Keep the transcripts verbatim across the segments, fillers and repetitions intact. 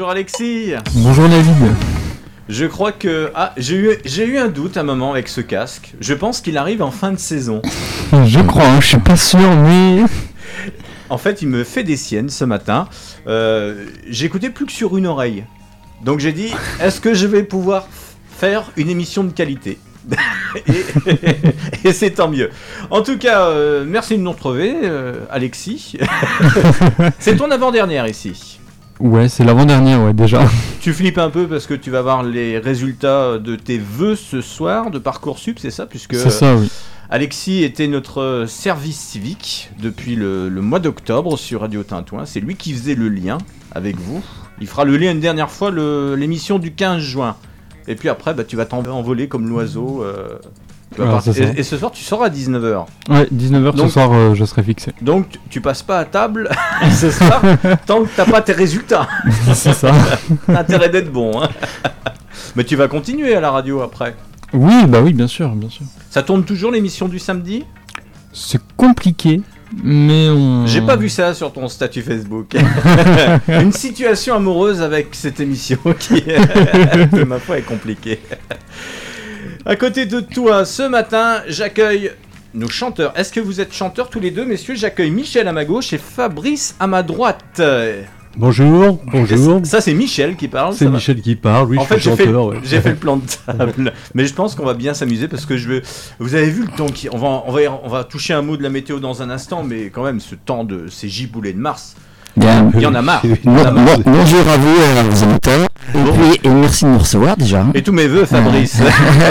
Bonjour Alexis. Bonjour David. Je crois que... Ah, j'ai eu, j'ai eu un doute à un moment avec ce casque. Je pense qu'il arrive en fin de saison. Je crois, hein, je suis pas sûr, mais... En fait, il me fait des siennes ce matin. Euh, j'écoutais plus que sur une oreille. Donc j'ai dit, est-ce que je vais pouvoir faire une émission de qualité ? et, et c'est tant mieux. En tout cas, euh, merci de nous retrouver, euh, Alexis. C'est ton avant-dernière ici. Ouais, c'est l'avant-dernière, ouais, déjà. Tu flippes un peu parce que tu vas voir les résultats de tes vœux ce soir de Parcoursup, c'est ça ? Puisque c'est ça, oui. Alexis était notre service civique depuis le, le mois d'octobre sur Radio Tintouin. C'est lui qui faisait le lien avec vous. Il fera le lien une dernière fois, le, l'émission du quinze juin. Et puis après, bah, tu vas t'envoler comme l'oiseau. Euh, tu vas Alors, partir. Et, et ce soir, tu sors à dix-neuf heures. Ouais, dix-neuf heures Donc, ce soir, euh, je serai fixé. Donc, tu, tu passes pas à table ce soir tant que t'as pas tes résultats. C'est ça. T'as intérêt d'être bon. Hein. Mais tu vas continuer à la radio après. Oui, bah oui, bien sûr, bien sûr. Ça tourne toujours l'émission du samedi ? C'est compliqué, mais on... J'ai pas vu ça sur ton statut Facebook. Une situation amoureuse avec cette émission qui, qui ma foi, est compliquée. À côté de toi, ce matin, j'accueille nos chanteurs. Est-ce que vous êtes chanteurs tous les deux, messieurs ? J'accueille Michel à ma gauche et Fabrice à ma droite. Bonjour, bonjour. Ça, c'est Michel qui parle. C'est Michel va. qui parle, oui, en je fait, suis j'ai chanteur. Fait, ouais. J'ai fait le plan de table. Mais je pense qu'on va bien s'amuser parce que je veux... Vous avez vu le temps qui... On va, on, va, on va toucher un mot de la météo dans un instant, mais quand même, ce temps de ces giboulées de mars, Bien. il y en a marre. Bon, bon, bonjour à vous et à vos auditeurs. Et, bon. puis, et merci de nous recevoir déjà. Et tous mes vœux, Fabrice.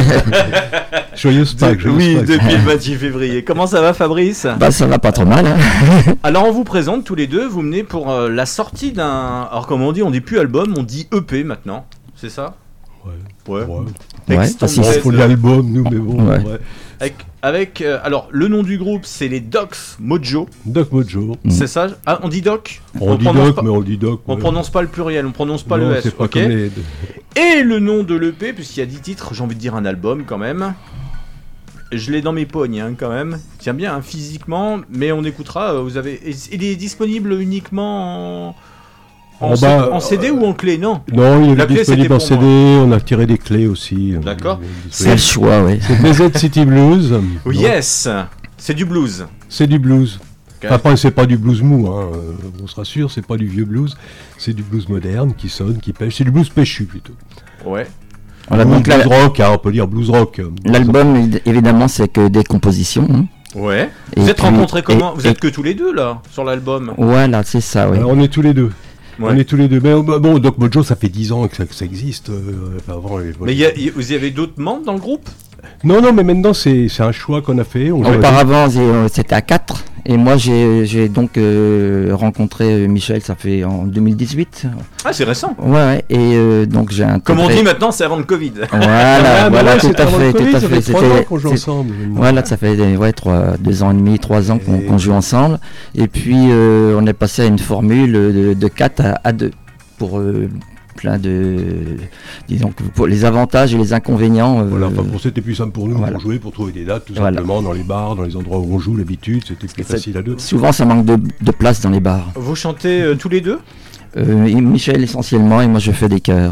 Joyeuse Pâques. De, oui, Pâques. Depuis le vingt-huit février. Comment ça va, Fabrice ? Bah, ça va pas trop mal. Hein. Alors, on vous présente tous les deux. Vous venez pour euh, la sortie d'un... Alors, comme on dit, on dit plus album, on dit E P maintenant. C'est ça ? Ouais. Ouais. Ouais. ouais on faut l'album, nous, mais bon. Ouais. Ouais. Avec, avec euh, alors, le nom du groupe, c'est les Docs Mojo. Doc Mojo. Mmh. C'est ça ? Ah, on dit Doc ? On, on dit Doc, pas, mais on dit Doc. On ouais. prononce pas le pluriel, on prononce pas non, le S. C'est pas okay. comme les... Et le nom de l'E P, puisqu'il y a dix titres, j'ai envie de dire un album quand même. Je l'ai dans mes pognes hein, quand même. Tiens bien hein, physiquement, mais on écoutera. Vous avez, il est disponible uniquement en, en, en, bas, en C D euh, ou en clé, non ? Non, il est La disponible en C D. Moi. On a tiré des clés aussi. D'accord. C'est le choix, oui. C'est B Z City Blues. Oh, yes, c'est du blues. C'est du blues. Okay. Après, c'est pas du blues mou, hein. On se rassure, c'est pas du vieux blues. C'est du blues moderne qui sonne, qui pêche. C'est du blues péchu plutôt. Ouais. Voilà, blues, donc blues la... rock, hein, on peut dire blues rock. L'album, évidemment, c'est que des compositions. Hein. Ouais. Et vous êtes puis, rencontrés comment ? et, Vous et... êtes que tous les deux là sur l'album ? Voilà, c'est ça, oui. Alors, on est tous les deux. Ouais. On est tous les deux. Mais bon, Doc Mojo, ça fait dix ans que ça, que ça existe. Euh, avant, mais y a, y, vous y avez d'autres membres dans le groupe ? Non, non, mais maintenant, c'est, c'est un choix qu'on a fait. On Auparavant, c'était à quatre. Et moi, j'ai, j'ai donc euh, rencontré Michel, ça fait en deux mille dix-huit. Ah, c'est récent. Ouais, ouais. Et euh, donc, j'ai un. Comme on dit maintenant, c'est avant le Covid. Voilà, ah, voilà, ouais, tout à fait, COVID, tout à ça fait. fait trois ans qu'on joue ensemble. Voilà, ça fait ouais, trois, deux ans et demi, trois ans qu'on, qu'on joue ensemble. Et puis, euh, on est passé à une formule de, de quatre à, à deux pour. Euh, plein de, disons, pour les avantages et les inconvénients. Euh, voilà, enfin, pour c'était plus simple pour nous, voilà. pour jouer, pour trouver des dates, tout voilà. simplement, dans les bars, dans les endroits où on joue, l'habitude, c'était plus facile à deux. Souvent, ça manque de, de place dans les bars. Vous chantez euh, tous les deux ? euh, Michel essentiellement, et moi je fais des chœurs.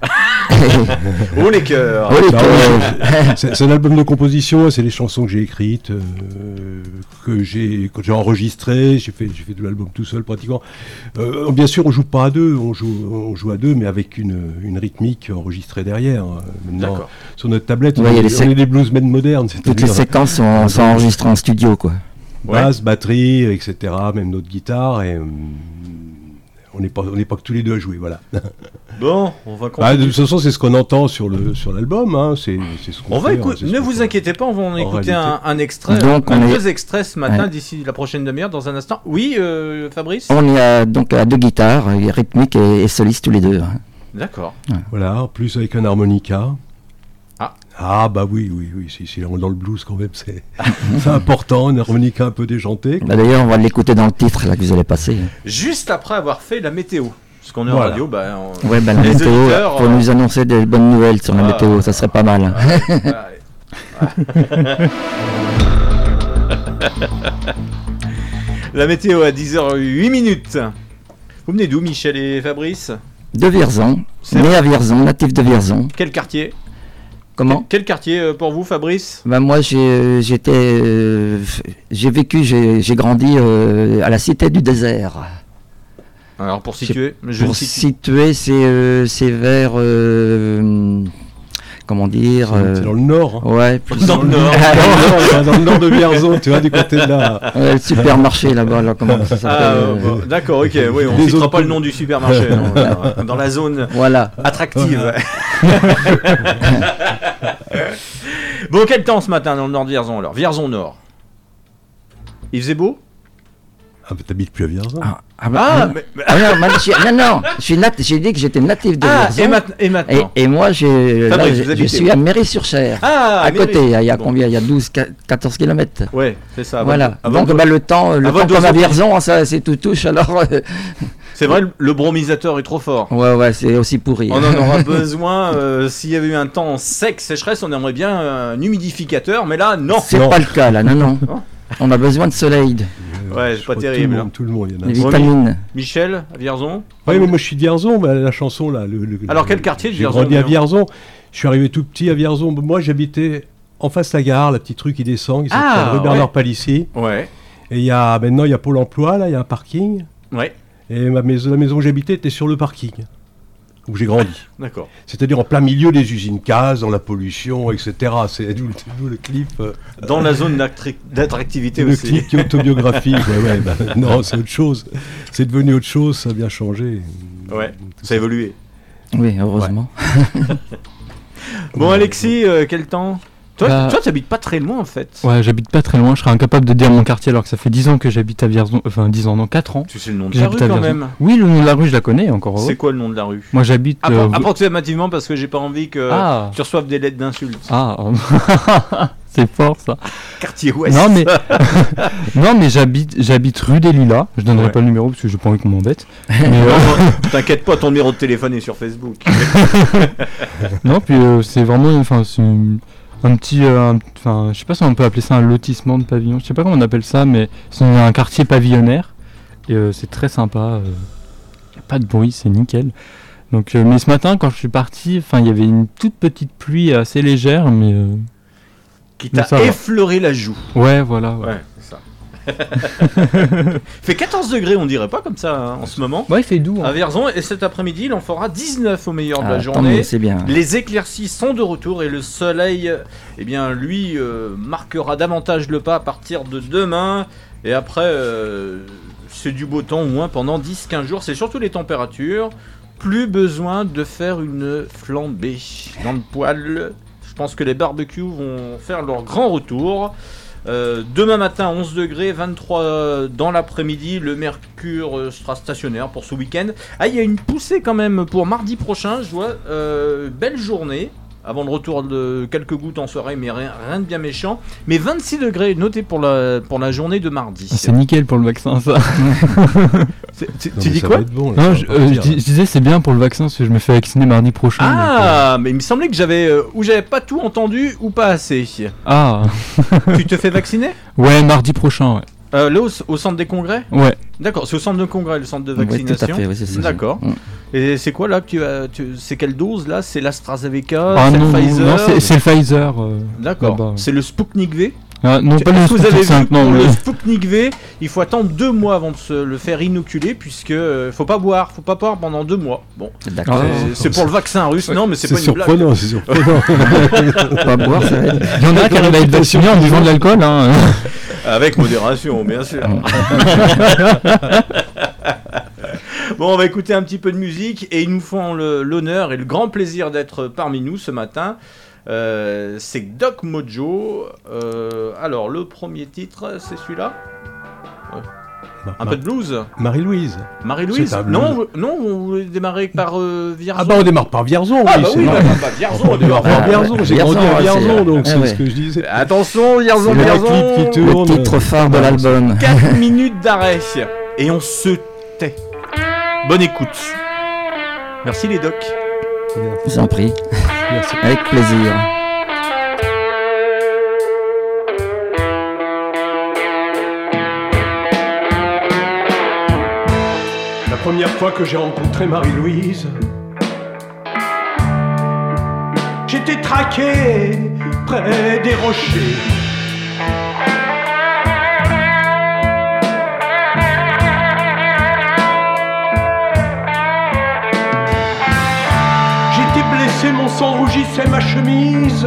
Oh les chœurs. Oh les chœurs. c'est, c'est un album de composition, c'est les chansons que j'ai écrites, euh, que j'ai que j'ai enregistrées, j'ai fait j'ai fait de l'album tout seul pratiquement. Euh, bien sûr, on joue pas à deux, on joue on joue à deux, mais avec une une rythmique enregistrée derrière. Maintenant, d'accord. Sur notre tablette, ouais, on, est, sé- on est des bluesmen modernes. Toutes les séquences sont, sont enregistrées en studio, quoi. Basse, ouais. Batterie, et cetera. Même notre guitare et. On n'est pas, on n'est pas que tous les deux à jouer, voilà. Bon, on va continuer. Ah, de toute façon, c'est ce qu'on entend sur, le, sur l'album. Hein. C'est, c'est ce qu'on on fait, va écouter, hein, ne vous fait. inquiétez pas, on va en, en écouter un, un extrait, donc, un, on deux est... extraits ce matin, ouais. d'ici la prochaine demi-heure, dans un instant. Oui, euh, Fabrice ? On est à, donc à deux guitares, rythmique et, et soliste tous les deux. Hein. D'accord. Ouais. Voilà, en plus avec un harmonica. Ah. Ah bah oui, oui, oui, si, si, dans le blues quand même, c'est, c'est important, un harmonica un peu déjanté. Bah d'ailleurs, on va l'écouter dans le titre là que vous allez passer. Juste après avoir fait la météo. Parce qu'on est voilà. en radio, bah, on... ouais, bah, la météo, auditeurs, pour euh... nous annoncer des bonnes nouvelles sur la ah, météo, ça serait pas mal. La météo à dix heures huit minutes. Vous venez d'où, Michel et Fabrice ? De Vierzon, C'est né vrai. à Vierzon, natif de Vierzon. Quel quartier? Comment? Quel quartier euh, pour vous, Fabrice? Ben moi, j'ai, j'étais, euh, j'ai vécu, j'ai, j'ai grandi euh, à la Cité du Désert. Alors pour situer, je Pour situe. situer, c'est, euh, c'est vers, euh, comment dire, C'est euh, c'est dans le nord. hein. ouais, plus Dans le nord. Dans le nord, dans le nord de Vierzon, tu vois, du côté de là. ouais, le supermarché là-bas, là, comment ça s'appelle? Ah, euh, bon, d'accord, ok, oui, on Les ne citera autres pas le communes. nom du supermarché, non, dans- dans la zone Voilà. attractive. Bon, quel temps ce matin dans le nord de Vierzon alors? Vierzon Nord. Il faisait beau? Ah, mais t'habites plus à Vierzon. Ah, ah, bah, Ah, ah, mais, mais- ah, non, moi, je suis- non, non, je suis nat- j'ai dit que j'étais natif de ah, Vierzon. et, mat- et Et, maintenant et moi, j'ai, là, Fabrice, je, vous je habitez suis où? à Méry-sur-Cher, Ah, à mais côté. oui. Il y a Bon. combien? Il y a douze, quatorze kilomètres. Ouais, c'est ça. avant Voilà. de- avant Donc, de- bah, le temps, le avant temps de comme à sortir. Vierzon, ça, c'est tout touche. Alors, euh, C'est vrai, le, le bromisateur est trop fort. ouais, ouais, c'est aussi pourri. On en aura besoin. euh, S'il y avait eu un temps sec, sécheresse, on aimerait bien un humidificateur, mais là, non. C'est Non. pas le cas là, non, non. Non. On a besoin de soleil, de Ouais, Je c'est pas crois que terrible, Tout le hein. monde, tout le monde, il y en a. des Ouais, vitamines. Michel, à Vierzon. Oui, mais moi je suis de Vierzon, bah, la chanson là. Le, le- Alors, le- quel quartier de J'ai Vierzon, grandi à d'ailleurs Vierzon. Je suis arrivé tout petit à Vierzon. Moi j'habitais en face de la gare, la petite rue qui descend, qui s'appelle Ah, rue Bernard ouais. Palissy. Ouais, Et il y a maintenant il y a Pôle Emploi, là, il y a un parking. ouais, Et ma maison, la maison où j'habitais était sur le parking où j'ai grandi. d'accord. C'est-à-dire en plein milieu des usines Caz, dans la pollution, et cetera. C'est d'où le, d'où le clip. euh, Dans la zone d'attrac- d'attractivité le aussi. clip qui est autobiographique. Ouais, ouais, bah, non, c'est autre chose. C'est devenu autre chose, ça a bien changé. Ouais, ça a évolué. Oui, heureusement. Bon, Alexis, euh, quel temps? Toi, Bah- toi, t'habites pas très loin en fait. Ouais, j'habite pas très loin, je serais incapable de dire mon quartier alors que ça fait dix ans que j'habite à Vierzon, enfin dix ans, non, quatre ans. Tu sais le nom de que la rue j'habite à quand Vierzon. même. Oui, le nom de la rue, je la connais encore. heureux. C'est quoi le nom de la rue? Moi j'habite. Appro- euh, Approximativement parce que j'ai pas envie que Ah. tu reçoives des lettres d'insultes. Ah, c'est fort ça. Quartier Ouest. Non mais non mais j'habite j'habite rue des Lilas. Je donnerai Ouais. pas le numéro parce que j'ai pas envie qu'on m'embête. Mais, Non, euh, non, t'inquiète pas, ton numéro de téléphone est sur Facebook. non puis euh, c'est vraiment enfin c'est une- un petit euh, un- enfin je sais pas si on peut appeler ça un lotissement de pavillon. Je sais pas comment on appelle ça mais c'est un quartier pavillonnaire et euh, c'est très sympa. euh, y a pas de bruit, c'est nickel. Donc euh, mais ce matin quand je suis parti, enfin il y avait une toute petite pluie assez légère mais euh, Qui Mais t'a ça va. effleuré la joue. ouais voilà. Ouais. Ouais, c'est ça. Fait quatorze degrés, on dirait pas comme ça hein, en ce moment. Ouais, il fait doux. hein. À Vierzon, et cet après-midi, il en fera dix-neuf au meilleur de la Ah, tant journée. mieux, c'est bien. Les éclaircies sont de retour et le soleil, eh bien, lui, euh, marquera davantage le pas à partir de demain. Et après, euh, c'est du beau temps au moins pendant dix à quinze jours. C'est surtout les températures. Plus besoin de faire une flambée dans le poêle. Je pense que les barbecues vont faire leur grand retour. Euh, demain matin, onze degrés, vingt-trois dans l'après-midi. Le mercure euh, sera stationnaire pour ce week-end. Ah, il y a une poussée quand même pour mardi prochain. Je vois, euh, belle journée. Avant le retour de quelques gouttes en soirée, mais rien, rien de bien méchant. Mais vingt-six degrés, noté pour la, pour la journée de mardi. Ah, c'est nickel pour le vaccin ça. C'est- tu Non, tu mais dis ça quoi va être bon, là, Non, ça je, va euh, je partir, dis- je disais c'est bien pour le vaccin parce que je me fais vacciner mardi prochain. donc, euh, Ah, mais il me semblait que j'avais euh, ou j'avais pas tout entendu ou pas assez. ah, Tu te fais vacciner ouais, mardi prochain, ouais. euh, Là, au, au centre des congrès. Ouais, D'accord, c'est au centre de congrès, le centre de Oui, tout vaccination. à fait, oui, c'est ça. D'accord. Mm. Et c'est quoi là que tu as tu- C'est quelle dose là? C'est l'AstraZeneca? ah c'est non, le non, Pfizer? non, c'est, c'est le Pfizer. euh, D'accord. là-bas, ouais. C'est le Sputnik V? Ah, non, pas le Est-ce que vous avez Sputnik vu cinq, non, pour mais le Sputnik V, il faut attendre deux mois avant de se le faire inoculer puisque euh, faut pas boire, faut pas boire pendant deux mois. Bon, D'accord. Ah, c'est- c'est pour le vaccin russe, non, mais c'est C'est pas une blague. surprenant, c'est surprenant. Pas boire, ça va être- il y en a qui arrivent à être vaccinés en buvant de l'alcool. Hein. Avec modération, bien sûr. Bon, on va écouter un petit peu de musique et ils nous font le- l'honneur et le grand plaisir d'être parmi nous ce matin. Euh, c'est Doc Mojo. Euh, alors, le premier titre, c'est celui-là. Un peu de blues. Marie-Louise. Marie-Louise. C'est un blues. Non, vous- non, vous voulez démarrer par euh, Vierzon. Ah bah on démarre par Vierzon, Ah oui, bah c'est oui, non. bah, bah, Vierzon, On démarre par Ah, Vierzon, j'ai Vierzon, grandi à ouais, Vierzon, c'est- donc ah c'est ouais. ce que je disais. Attention, Vierzon, C'est le Vierzon. clip qui Le tourne. titre phare de l'album. quatre minutes d'arrêt. Et on se tait. Bonne écoute. Merci les docs. Je vous en prie, Merci. avec plaisir. première fois que j'ai rencontré Marie-Louise, j'étais traqué près des rochers. J'étais blessé, mon sang rougissait ma chemise.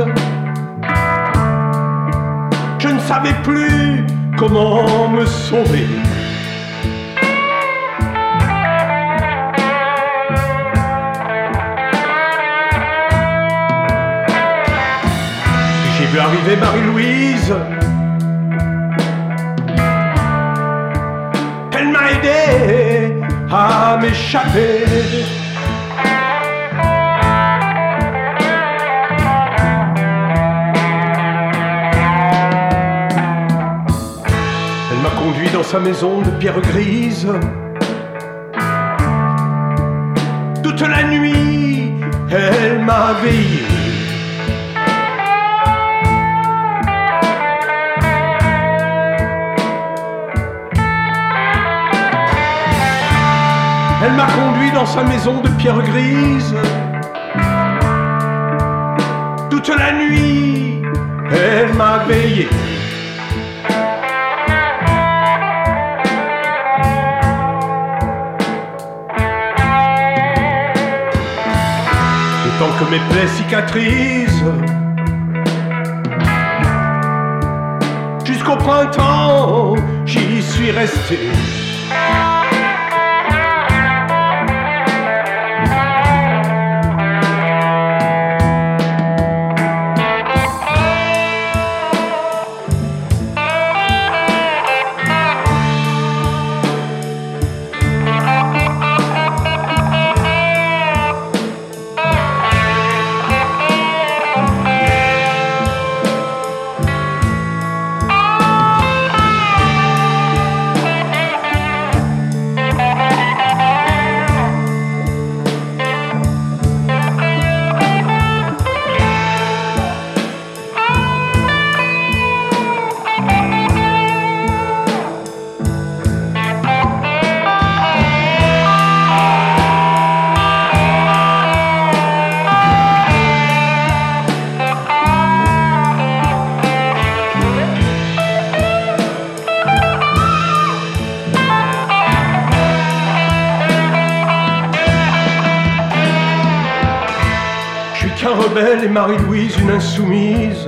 Je ne savais plus comment me sauver. J'ai vu arriver Marie-Louise. Elle m'a aidé à m'échapper. Elle m'a conduit dans sa maison de pierre grise. Toute la nuit, elle m'a veillé. Elle m'a conduit dans sa maison de pierre grise. Toute la nuit, elle m'a veillé. Le temps que mes plaies cicatrisent, jusqu'au printemps, j'y suis resté. Et Marie-Louise, une insoumise.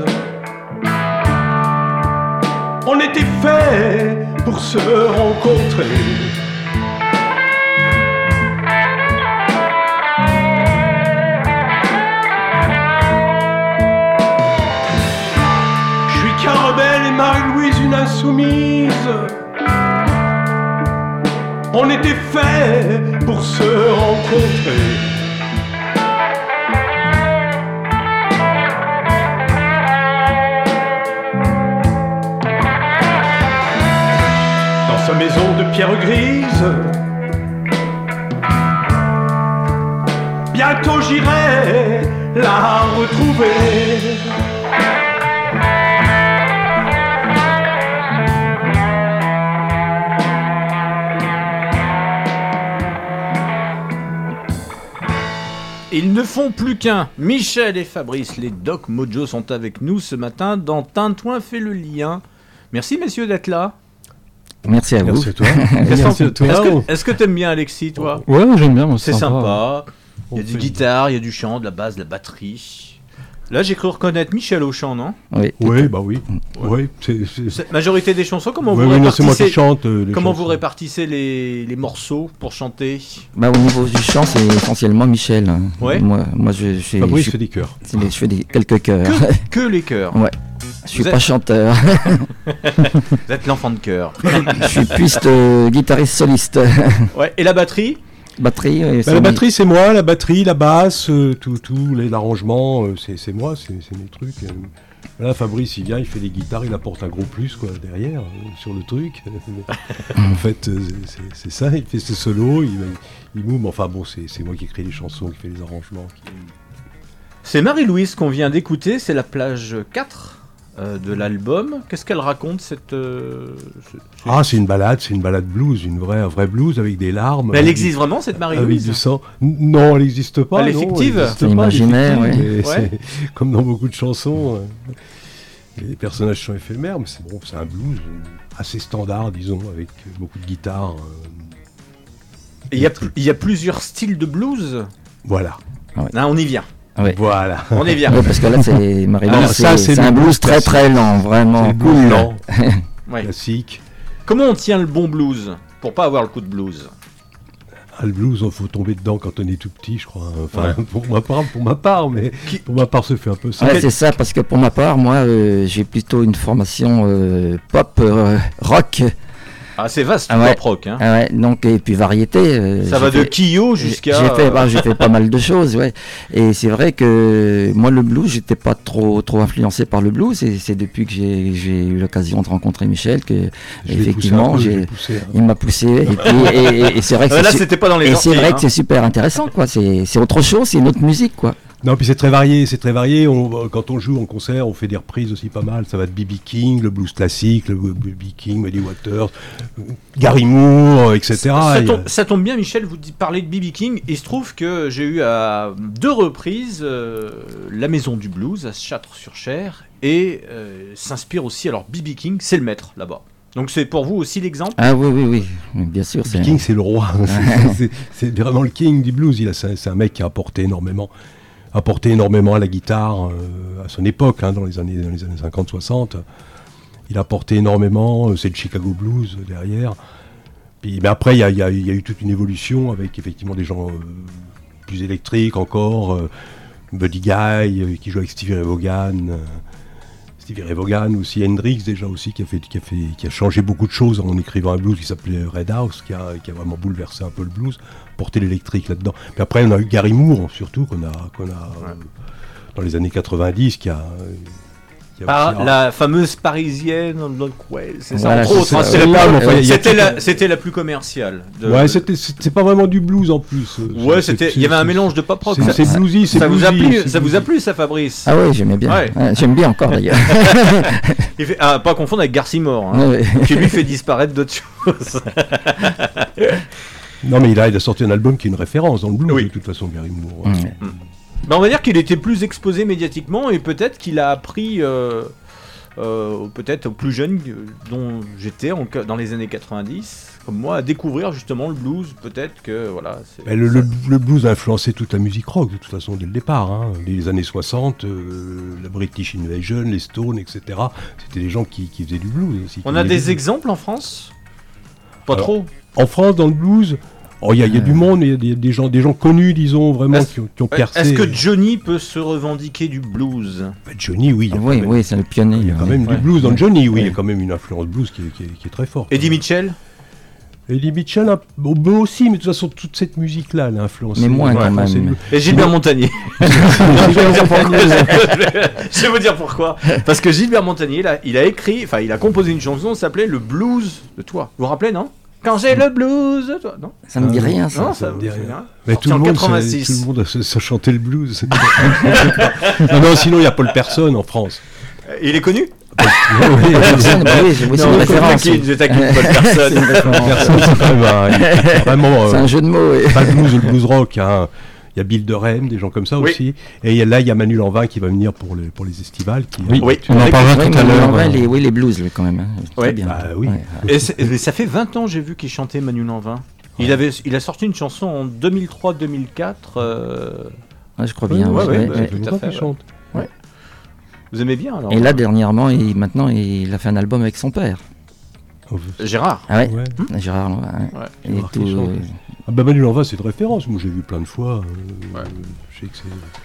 On était fait pour se rencontrer. Je suis qu'un rebelle et Marie-Louise, une insoumise. On était fait pour se rencontrer. Sa maison de pierre grise, bientôt j'irai la retrouver. Ils ne font plus qu'un. Michel et Fabrice, les Doc Mojo, sont avec nous ce matin dans Tintouin fait le lien. Merci messieurs d'être là. Merci à vous. Merci à toi. Merci à toi. Est-ce que, est-ce que t'aimes bien Alexis, toi? Ouais, j'aime bien. Moi, c'est sympa. Il y a On du fait... guitare, il y a du chant, de la basse, de la batterie. Là, j'ai cru reconnaître Michel au chant, non? Oui. Oui, bah oui. Ouais. Oui, c'est, c'est... C'est majorité des chansons, comment ouais, vous oui, répartissez, non, c'est moi qui chante, euh, les comment chansons. vous répartissez les, les morceaux pour chanter? Bah, au niveau du chant, c'est essentiellement Michel. Ouais. Moi, moi je, je, Fabrice je, fait des chœurs. je, je fais des, quelques chœurs. Que, que les chœurs. Ouais. Je suis Vous pas êtes... chanteur. Vous êtes l'enfant de chœur. Je suis plus euh, guitariste soliste. Ouais. Et la batterie? Batterie. Ouais, Bah, la batterie, c'est moi. La batterie, la basse, euh, tout, tout, les, l'arrangement, euh, c'est, c'est moi, c'est, c'est mes trucs. Euh. Là, Fabrice, il vient, il fait les guitares, il apporte un gros plus quoi derrière euh, sur le truc. En fait, euh, c'est, c'est ça. Il fait ses solos, il, il moume. Enfin bon, c'est, c'est moi qui écris les chansons, qui fait les arrangements. Qui... C'est Marie-Louise qu'on vient d'écouter. C'est la plage quatre. euh, de l'album. Qu'est-ce qu'elle raconte cette euh, ce- ce- Ah, c'est une balade, c'est une balade blues, une vraie, un vrai blues avec des larmes. Mais elle avec existe du- vraiment cette Avec Marie-Louise? du sang. N- Non, elle n'existe pas. Elle est non, fictive. existe C'est pas, imaginaire, elle est fictive, oui. mais c'est comme dans beaucoup de chansons. euh, Les personnages sont éphémères, mais c'est bon, c'est un blues euh, assez standard, disons, avec beaucoup de guitare. euh, Il y, a, il y a plusieurs styles de blues. Voilà, Hein, on y vient. Ouais. voilà. On y vient. Ouais, parce que là, c'est Marie-Louise, Alors ça, c'est c'est c'est le un blues blues très classique. très lent, C'est vraiment le blues cool. lent, Ouais. classique. Comment on tient le bon blues pour pas avoir le coup de blues? Ah, le blues, il faut tomber dedans quand on est tout petit, je crois. Enfin, pour ma part, pour ma part, mais Qui- pour ma part, ça fait un peu ça. Ouais, c'est ça, parce que pour ma part, moi, euh, j'ai plutôt une formation euh, pop, euh, rock. Ah, c'est vaste, Ah ouais. pop rock. Hein. Ah ouais, donc, et puis variété. euh, Ça j'ai va de fait- Kyo J'ai jusqu'à. j'ai fait, euh, bah, j'ai fait pas mal de choses, ouais. Et c'est vrai que moi, le blues, j'étais pas trop, trop influencé par le blues. Et c'est depuis que j'ai j'ai eu l'occasion de rencontrer Michel que, Je l'ai effectivement, poussé un peu, je j'ai- l'ai poussé, hein. il m'a poussé. Et, puis, et, et- et c'est vrai que Ah, là, c'est su- c'était pas dans les et c'est orties, vrai hein. que c'est super intéressant, quoi. C'est c'est autre chose, c'est une autre musique, quoi. Non, puis c'est très varié, c'est très varié. On- quand on joue en concert, on fait des reprises aussi pas mal. Ça va de B B King, le blues classique, le B B King, Muddy Waters, euh, Gary Moore, et cetera. Ça, Il y a- tombe, ça tombe bien, Michel, vous dites- parlez de B B King. Il se trouve que j'ai eu à deux reprises euh, la maison du blues à Châtres-sur-Cher et euh, s'inspire aussi. Alors, B B King, c'est le maître là-bas. Donc, c'est pour vous aussi l'exemple. Ah oui, oui, oui, oui, bien sûr. B B c'est- King, c'est le roi. C'est- c'est- c'est vraiment le king du blues. Il a- C'est un- c'est un mec qui a apporté énormément, apporté énormément à la guitare euh, à son époque, hein, dans les années, dans les années cinquante soixante. Il a apporté énormément. euh, C'est le Chicago Blues euh, derrière. Puis, mais après, il y a, il y a- il y a eu toute une évolution avec effectivement des gens euh, plus électriques encore. euh, Buddy Guy euh, qui joue avec Stevie Ray Vaughan. euh, Stevie Ray Vaughan aussi, Hendrix déjà aussi qui a, fait, qui, a fait, qui a changé beaucoup de choses en écrivant un blues qui s'appelait Red House, qui a, qui a vraiment bouleversé un peu le blues, porté l'électrique là-dedans. Puis après on a eu Gary Moore surtout qu'on a, qu'on a euh, dans les années quatre-vingt-dix qui a... euh, qui a Par aussi- la fameuse parisienne Lockwell, c'est ça, Voilà, entre c'est autres. ça. hein, c'est la Là, plus- mais enfin, il y a C'était tout- la, c'était la plus commerciale. de- Ouais, c'était, c'est pas vraiment du blues en plus. Ouais, C'est- c'était. c'est- Il y avait un c'est- mélange de pop rock. C'est, Ça, c'est ça- bluesy, c'est ça vous a bluesy, plu, c'est ça vous a bluesy. plu, ça, Fabrice? Ah oui, j'aimais bien. Ouais. Ouais, j'aime bien encore d'ailleurs. Il fait, ah, pas confondre avec Garcimore, hein, Ouais, ouais. qui lui fait disparaître d'autres choses. Non mais il a, il a sorti un album qui est une référence dans le blues Oui. de toute façon, Gary Moore. Mm. Ben, on va dire qu'il était plus exposé médiatiquement et peut-être qu'il a appris, euh, euh, peut-être aux plus jeunes euh, dont j'étais en- dans les années quatre-vingt-dix, comme moi, à découvrir justement le blues. Peut-être que voilà. c'est- Mais le, ça- le- le blues a influencé toute la musique rock de toute façon dès le départ. Hein. Les années soixante, euh, la British Invasion, les Stones, et cetera. C'était des gens qui, qui faisaient du blues aussi. On qui a faisaient des du- exemples en France? Pas Alors, trop. En France, dans le blues, oh, il y a, il y a du monde, il y a des, des gens, des gens connus, disons, vraiment, Est-ce- qui, ont- qui ont percé. Est-ce que Johnny peut se revendiquer du blues? Bah, Johnny, oui. Il y a Oui, quand même, oui, c'est le pionnier. il y a quand ouais. même Ouais. du blues dans Ouais. Johnny, oui. Il y Ouais. a quand même une influence blues qui est, qui est- qui est très forte. Eddie Mitchell? Eddie Mitchell, un- bon, bon aussi, mais de toute façon, toute cette musique-là, elle a influencé. Mais moins, elle a quand influencé même. le blues. Et Gilbert Montagnier. je, vais vous dire pourquoi. Je vais vous dire pourquoi. Parce que Gilbert Montagnier, là, il a écrit, enfin, il a composé une chanson qui s'appelait Le blues de toi. Vous vous rappelez, non? Quand j'ai le blues de toi, non? Ça me dit Ah, rien, ça. Non, ça ça me vous dit dit rien. rien. Mais Sorti tout le, en monde, quatre-vingt-six. ça, tout le monde a, ça, ça chantait le blues. non, non, sinon il y a Paul Person en France. Il est connu? Personne, bah oui, oui, c'est Non, une je référence. taquine, je taquine Paul Person. C'est une référence. Person, c'est quand même un- vraiment C'est euh, un jeu de mots. oui. pas le blues, le blues rock. Hein. Il y a Bill Durham, des gens comme ça Oui. aussi. Et il y a- là, il y a Manu Lanvin qui va venir pour les, pour les estivales. Qui, Oui. Oui. On en parlera Oui, tout à mais l'heure. en vrai, euh, les, oui, les blues, oui, quand même. hein. Très Ouais. bien. Bah oui. Ouais. Et, c'est- et ça fait vingt ans, j'ai vu qu'il chantait Manu Lanvin. Il, avait, il a sorti une chanson en deux mille trois deux mille quatre. euh, Ouais, je crois bien. Ouais, ouais, ouais, ouais, bah, ouais. tout à longtemps fait, qu'il ouais. chante. Vous aimez bien alors? Et là, dernièrement, il, maintenant, il a fait un album avec son père. Gérard. Ah ouais, Ouais. Gérard. ouais. Ouais. Et Gérard tout, qui chante. euh, Ah bah Manu Lanvin, c'est de référence. Moi, j'ai vu plein de fois. euh, Ouais. Je sais que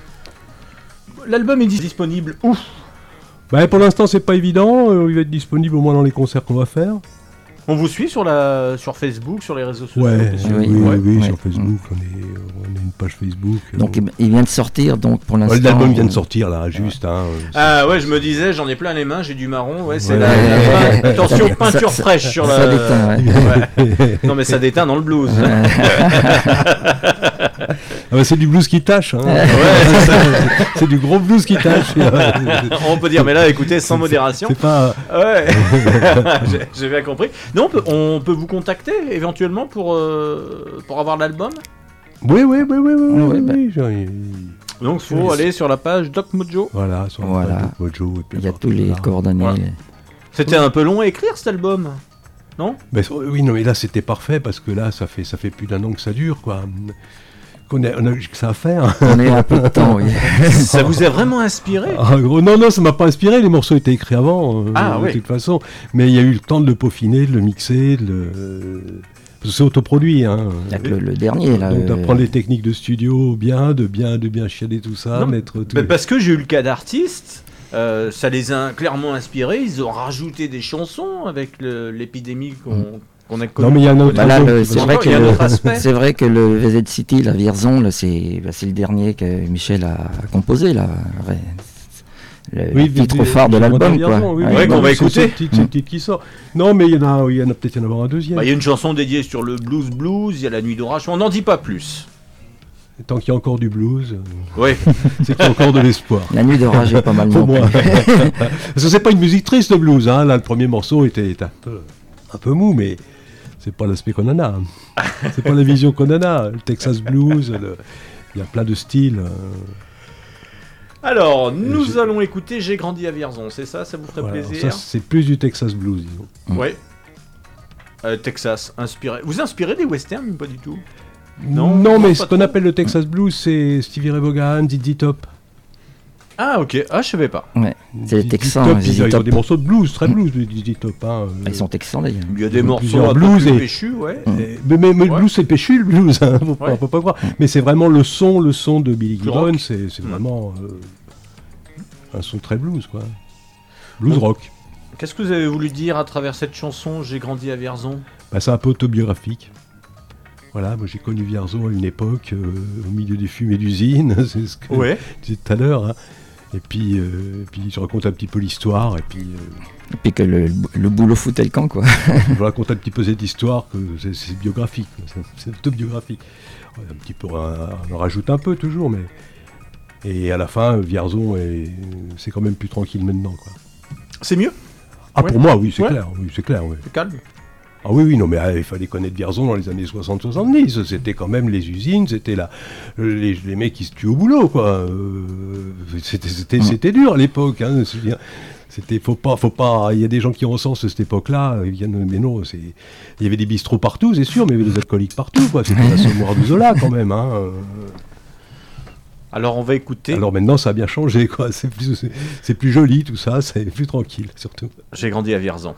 c'est... L'album est disponible où? Bah, pour l'instant, c'est pas évident. Euh, il va être disponible au moins dans les concerts qu'on va faire. On vous suit sur, la, sur Facebook, sur les réseaux sociaux? Ouais, qu'est-ce oui, que- oui, ouais, oui, ouais. sur Facebook, on, est, on a une page Facebook. Donc, euh, il- il vient de sortir, donc pour ouais, l'instant. l'album vient de euh, sortir là, juste. Hein, euh, Ah ouais, je me disais, j'en ai plein les mains, j'ai du marron. Ouais, c'est Ouais. la, la- Ouais. attention, Ça- peinture ça- fraîche sur ça la. déteint, ouais. Ouais. Non mais ça déteint dans le blues. Ah bah c'est du blues qui tâche. Hein. Ouais, c'est ça. C'est du gros blues qui tâche. On peut dire, mais là, écoutez, sans modération. C'est pas. Ouais, j'ai, j'ai bien compris. Non, on peut, on peut vous contacter éventuellement pour, euh, pour avoir l'album. Oui, oui, oui, oui, oui, Ouais, oui, bah. oui, genre, il- Donc, il faut aller sur la page Doc Mojo. Voilà, sur Voilà. le Mojo. et puis Il y a à tous partir de les là. coordonnées. Voilà. C'était un peu long à écrire cet album. Non ? Mais, oui, non, mais là c'était parfait parce que là ça fait ça fait plus d'un an que ça dure, quoi. Qu'on a, on a que ça à faire. On est un peu de temps, oui. Ça vous a vraiment inspiré ? Ah, gros, non, non, ça m'a pas inspiré. Les morceaux étaient écrits avant, euh, Ah, de oui. toute façon. Mais il y a eu le temps de le peaufiner, de le mixer, de le... parce que c'est autoproduit. Hein. Avec le, le dernier, là. Donc euh, d'apprendre les techniques de studio bien, de bien, de bien chiader tout ça, Non, mettre tout. Bah, parce que j'ai eu le cas d'artistes, euh, ça les a clairement inspirés. Ils ont rajouté des chansons avec le- l'épidémie qu'on, qu'on a connue. Non, mais il y a un autre. Bah là, autre- le- c'est vrai que Il y a un le- autre aspect. c'est vrai que le V Z City, la Vierzon, là, c'est, bah, c'est le dernier que Michel a composé, là. Ouais. Le Oui, le titre mais- phare de mais- l'album, mais- quoi. oui, Ouais, oui, qu'on non, va c'est- écouter. C'est le titre- c'est le titre qui sort. Non, mais il y en a, il y en a peut-être y en avoir un deuxième. Bah, il y a une chanson dédiée sur le blues blues, il y a la nuit d'orage, on n'en dit pas plus. Tant qu'il y a encore du blues, euh, Oui, c'est qu'il y a encore de l'espoir. La nuit d'orage est pas mal Pour non moi. plus. Parce que c'est pas une musique triste, le blues. Hein. Là, le premier morceau était, était un, peu, un peu mou, mais c'est pas l'aspect qu'on en a. C'est pas la vision qu'on en a. Le Texas blues, le- il y a plein de styles. euh, alors nous j'ai- allons écouter J'ai grandi à Vierzon, c'est ça, ça vous ferait voilà. plaisir? Ça, c'est plus du Texas blues, disons. Ouais. Euh, Texas, inspiré. Vous inspirez des westerns ou pas du tout? Non, Non, non, mais pas ce qu'on trop. appelle le Texas blues, c'est Stevie Ray Vaughan, Z Z Top. Ah ok, ah je savais pas. Ouais. C'est les Z Z Texans, Top, Z Z ils, ils ont Top. des morceaux de blues, très blues, de Z Z Top. Hein. Ils sont texans, d'ailleurs. Il y a des Ils ont morceaux plusieurs un peu blues plus et- péchus, ouais. Et- mais, mais, mais le Ouais. blues c'est péchu, le blues, hein, faut, pas, Ouais. faut pas croire. Mais c'est vraiment le son, le son de Billy Plus Gibbons, rock. c'est c'est Mm. vraiment euh, un son très blues, quoi. Blues Bon. rock. Qu'est-ce que vous avez voulu dire à travers cette chanson J'ai grandi à Vierzon? Bah, c'est un peu autobiographique. Voilà, moi j'ai connu Vierzon à une époque, euh, au milieu des fumées d'usine, c'est ce que Ouais. je disais tout à l'heure. Hein. Et puis, euh, puis je raconte un petit peu l'histoire, et puis euh, Et puis que le, le boulot foutait le camp, quoi. je raconte un petit peu cette histoire, que c'est, c'est biographique, quoi, c'est, c'est autobiographique. Ouais, un petit peu, on, on en rajoute un peu toujours, mais... Et à la fin, Vierzon, est, c'est quand même plus tranquille maintenant, quoi. C'est mieux? Ah, Ouais. pour moi, oui, c'est Ouais. clair, oui, c'est clair, oui. C'est calme. Ah oui, oui, non, mais ah, il fallait connaître Vierzon dans les années soixante soixante-dix. C'était quand même les usines, c'était la, les, les mecs qui se tuent au boulot, quoi. Euh, c'était, c'était, Mm. c'était dur à l'époque. Hein, je veux dire. C'était, faut pas, faut pas. Il y a des gens qui recensent cette époque-là. Ils viennent, mais non, c'est. Il y avait des bistrots partout, c'est sûr, mais il y avait des alcooliques partout, quoi. C'était la Sommoire du Zola, quand même. Hein. Euh, Alors on va écouter Alors maintenant, ça a bien changé, quoi. C'est plus, c'est, c'est plus joli, tout ça. C'est plus tranquille, surtout. J'ai grandi à Vierzon.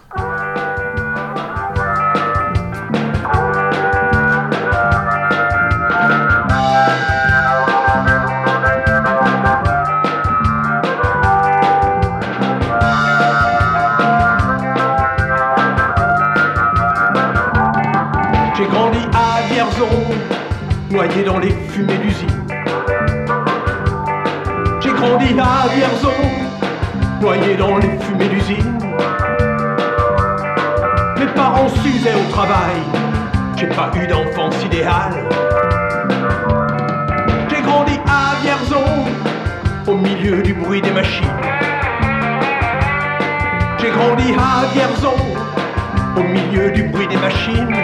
J'ai grandi à Vierzon, noyé dans les fumées d'usine. J'ai grandi à Vierzon, noyé dans les fumées d'usine. Mes parents s'usaient au travail, j'ai pas eu d'enfance idéale. J'ai grandi à Vierzon, au milieu du bruit des machines. J'ai grandi à Vierzon, au milieu du bruit des machines.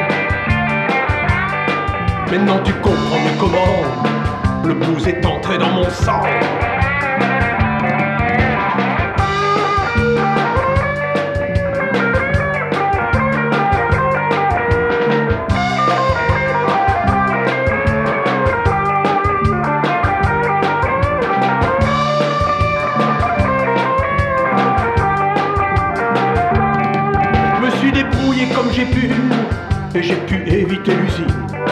Maintenant tu comprends mieux comment le blues est entré dans mon sang. Je me suis débrouillé comme j'ai pu et j'ai pu éviter l'usine.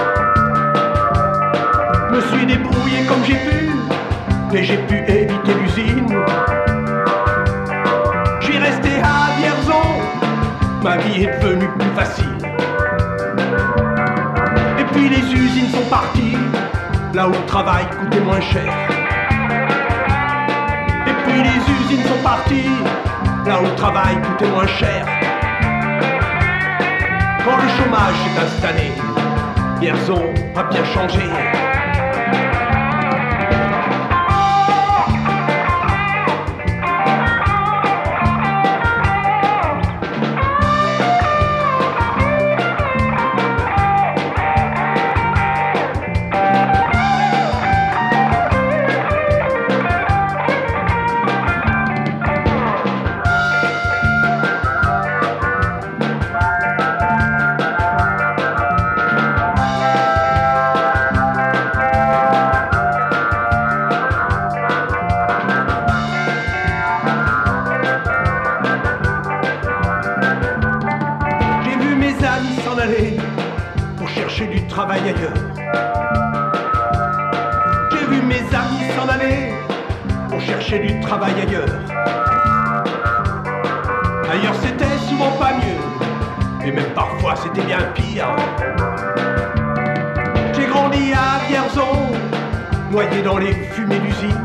Je me suis débrouillé comme j'ai pu et j'ai pu éviter l'usine. Je suis resté à Vierzon, ma vie est devenue plus facile. Et puis les usines sont parties, là où le travail coûtait moins cher. Et puis les usines sont parties, là où le travail coûtait moins cher. Quand le chômage s'est installé, Vierzon a bien changé. aller pour chercher du travail ailleurs. J'ai vu mes amis s'en aller pour chercher du travail ailleurs. Ailleurs c'était souvent pas mieux, et même parfois c'était bien pire. J'ai grandi à Vierzon, noyé dans les fumées d'usine.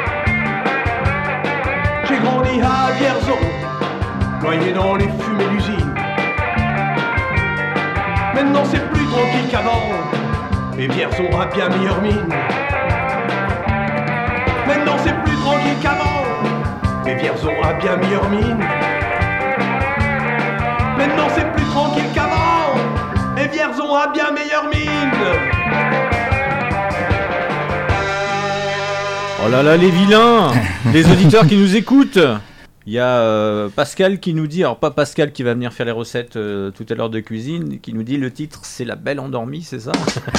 J'ai grandi à Vierzon, noyé dans les fumées d'usine. Maintenant c'est plus tranquille qu'avant, et Vierzon a bien meilleure mine. Maintenant c'est plus tranquille qu'avant, et Vierzon a bien meilleure mine. Maintenant c'est plus tranquille qu'avant, et Vierzon a bien meilleure mine. Oh là là, les vilains, les auditeurs qui nous écoutent. Il y a euh, Pascal qui nous dit, alors pas Pascal qui va venir faire les recettes euh, tout à l'heure de cuisine, qui nous dit le titre c'est La Belle Endormie, c'est ça?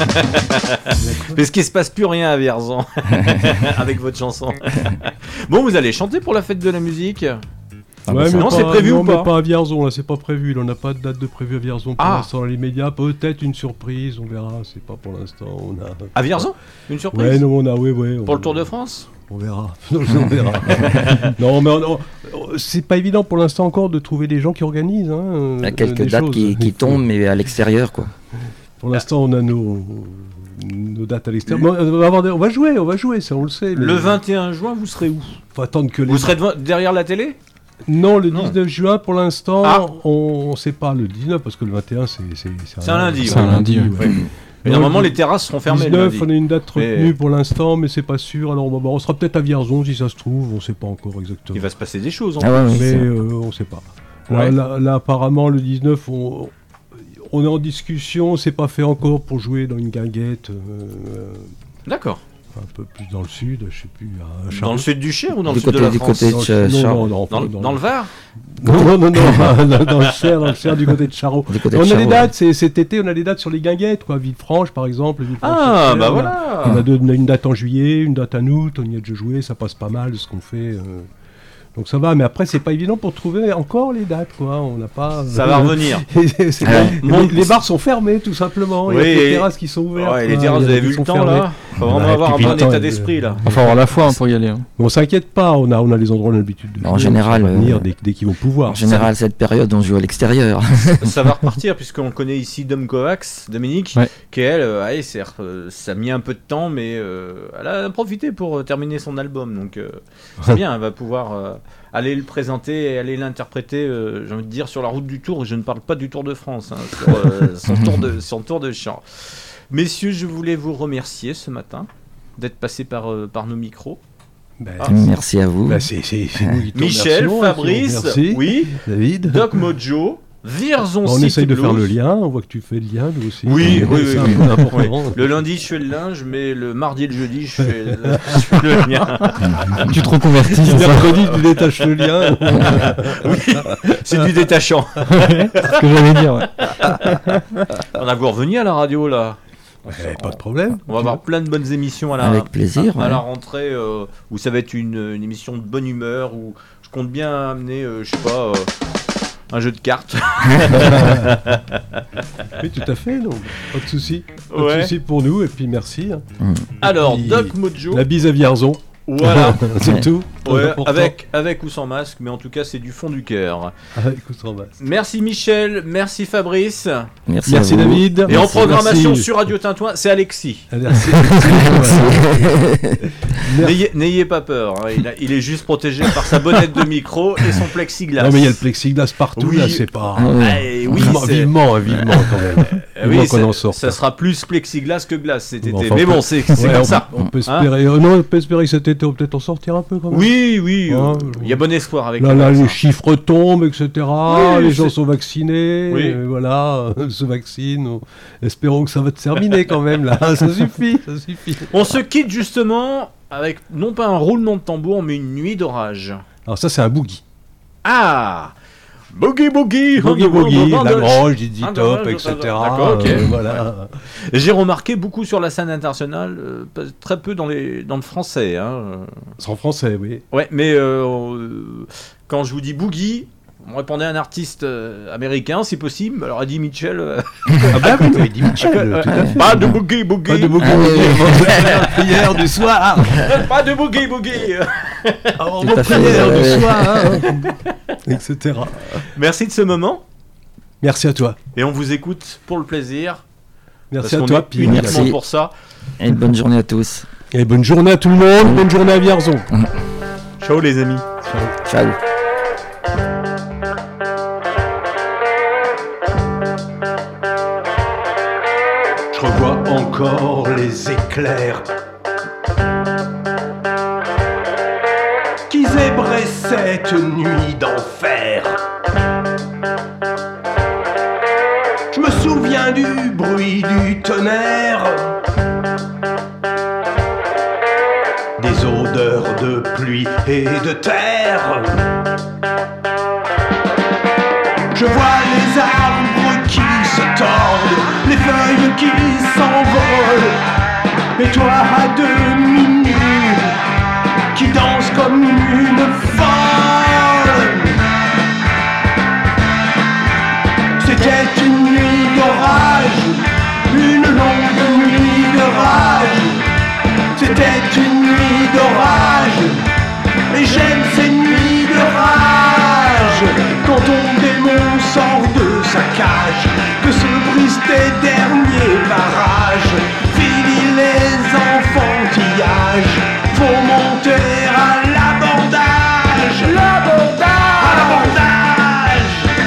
Parce qu'il se passe plus rien à Vierzon avec votre chanson. Bon, vous allez chanter pour la fête de la musique? Ah ouais, non, c'est prévu non, ou pas? mais pas à Vierzon, là, c'est pas prévu. Là, on n'a pas de date de prévu à Vierzon pour Ah. l'instant dans les médias. Peut-être une surprise, on verra. C'est pas pour l'instant. On a. À Vierzon? Une surprise? Ouais, non, on a, oui, oui. Pour on... le Tour de France? On verra. on verra. non, mais on- on- c'est pas évident pour l'instant encore de trouver des gens qui organisent. Hein, Il y a euh, quelques des dates choses. qui, qui Il faut- tombent, mais à l'extérieur, quoi. Pour l'instant, on a nos, nos dates à l'extérieur. Bon, on, va avoir des- on va jouer, on va jouer, ça on le sait. mais Le vingt et un juin, vous serez où? faut attendre que les. Vous serez devant- derrière la télé? Non, le Non. dix-neuf juin, pour l'instant, Ah. on ne sait pas le dix-neuf parce que le vingt et un, c'est c'est C'est un lundi, C'est un lundi, ouais. ouais. Mais Non, normalement, le les terrasses seront fermées le dix-neuf, lundi. on a une date Mais- retenue pour l'instant, mais c'est pas sûr. Alors, bon, bon, on sera peut-être à Vierzon si ça se trouve, on sait pas encore exactement. Il va se passer des choses. En Ah ouais, oui, mais c'est- euh, on sait pas. Là, Ouais. là, là, apparemment, le dix-neuf, on, on est en discussion, c'est pas fait encore pour jouer dans une guinguette euh, D'accord. un peu plus dans le sud, je sais plus. À Dans Charles- le sud du Cher ou dans Du le sud de côté- la du France? côté- dans le- Ch- non, Char- non, non, Dans, le- dans- dans le Var? Non, non, non, non, dans, dans le Cher, dans le Cher, du côté de Charot. Du côté On de a Charot, des ouais. dates, c'est, cet été, on a des dates sur les guinguettes, quoi. Villefranche, par exemple. Villefranche, Ah, Cher, bah on a- voilà. On a, deux- on a une date en juillet, une date en août, on y a déjà joué, ça passe pas mal de ce qu'on fait. euh. Donc ça va, mais après, c'est pas évident pour trouver encore les dates, quoi. On n'a pas. Ça va revenir. C'est- Ah ouais. les, Mon- les bars sont fermés, tout simplement. Il y a Oui, que les et- terrasses qui sont ouvertes. Ouais, les quoi. terrasses, Il vous y en a avez qui vu le sont temps fermées. là? Faut vraiment Ouais, avoir un puis bon le temps, état il- d'esprit là. Il faut avoir la foi hein, pour y aller. hein. On s'inquiète pas, on a, on a les endroits où on a l'habitude de jouer. En général, on va venir euh, dès, dès qu'ils vont pouvoir. En général, cette période, on joue à l'extérieur. Ça va repartir puisqu'on connaît ici Dom Kovacs, Dominique, Ouais. qui elle, euh, allez, c'est- euh, ça a mis un peu de temps, mais euh, elle a profité pour euh, terminer son album. Donc euh, c'est bien, elle va pouvoir euh, aller le présenter et aller l'interpréter, euh, j'ai envie de dire, sur la route du Tour. Et je ne parle pas du Tour de France, hein, sur euh, son, tour de, son tour de chant. Messieurs, je voulais vous remercier ce matin d'être passés par, euh, par nos micros. Ben, Ah. Merci à vous. ben, c'est, c'est, c'est nous qui te Michel, remercions, Fabrice, merci. oui, David. Doc Mojo, Vierzon Bon, on City essaye de faire Blues. le lien, on voit que tu fais le lien, nous aussi. Oui, oui, C'est oui, un oui. peu important. Le lundi, je fais le linge, mais le mardi et le jeudi, je fais, je fais le lien. Tu te reconvertis, c'est Le ça? mercredi, tu détaches le lien. Oui, c'est du détachant. C'est ce que j'allais dire. Ouais. On a vous revenu à la radio, là. Eh, pas de problème. On va avoir plein de bonnes émissions à la, Avec plaisir, à, à la ouais. rentrée, euh, où ça va être une, une émission de bonne humeur, où je compte bien amener, euh, je sais pas, euh, un jeu de cartes. Oui, tout à fait, non. Pas de souci. Pas Ouais. de souci pour nous, et puis merci. hein. Alors, puis, Doc Mojo, La bise à Vierzon. voilà. c'est Ouais. tout. Ouais, Important. avec, avec ou sans masque, mais en tout cas, c'est du fond du cœur. Avec ou sans masque. Merci Michel, merci Fabrice. Merci, Merci à vous. David. Et en Merci, programmation merci. sur Radio Tintouin, c'est Alexis. Merci. N'ayez, n'ayez pas peur, hein, il, a- il est juste protégé par sa bonnette de micro et son plexiglas. Non mais il y a le plexiglas partout Oui. là, c'est pas. Ah ouais. Eh oui, vivement, c'est- vivement, hein, vivement quand même. euh, vivement oui, qu'on ça- en sorte. ça sera plus plexiglas que glace cet été. Bon, enfin, mais on bon, peut- c'est, c'est Ouais, comme on, ça. on peut Hein espérer. euh, non, on peut espérer que cet été on peut peut-être en sortir un peu quand même. Oui, oui, euh, Ah, il y a bon espoir avec Là, le là, vaccin. les chiffres tombent, et cetera. Oui, les gens c'est- sont vaccinés. Oui. euh, voilà, euh, se vaccinent. On- Espérons que ça va se terminer quand même là. Ça suffit, ça suffit. On se quitte justement avec non pas un roulement de tambour, mais une nuit d'orage. Alors ça c'est un boogie. Ah, Boogie Boogie, Boogie boogie, Underage. Lagrange, Dizzy Underage, Top, et cetera. D'accord, ok. Euh, voilà. J'ai remarqué beaucoup sur la scène internationale, euh, pas- très peu dans, les, dans le français. Hein. C'est en français, oui. Ouais, mais euh, euh, quand je vous dis boogie, On répondait à un artiste euh, américain, si possible. Alors Eddie Mitchell. Euh... Ah bah oui, Eddie Mitchell, tout à fait. Pas de boogie boogie. Pas de boogie Ah, boogie. oui. La prière du soir. Pas de boogie boogie. Oh, Tout mon à fait, prière du ouais. soir. et cetera. Merci de ce moment. Merci à toi. Et on vous écoute pour le plaisir. Merci parce à qu'on toi, est Pierre. uniquement Merci. pour ça. Et une bonne journée à tous. Et bonne journée à tout le monde. Bonne journée à Vierzon. Ciao les amis. Ciao. Je revois encore les éclairs qui zébraient cette nuit d'enfer. Je me souviens du bruit du tonnerre, des odeurs de pluie et de terre. Je vois les arbres qui se tordent, les feuilles qui s'envolent, et toi à demi nu, qui danse comme une folle. C'était une nuit d'orage, une longue nuit de rage. C'était une nuit d'orage, et j'aime ces nuits de rage. Quand ton démon sort de sa cage, que se brisent tes derniers barrages. Fini les enfantillages, faut monter à l'abordage. L'abordage, à l'abordage.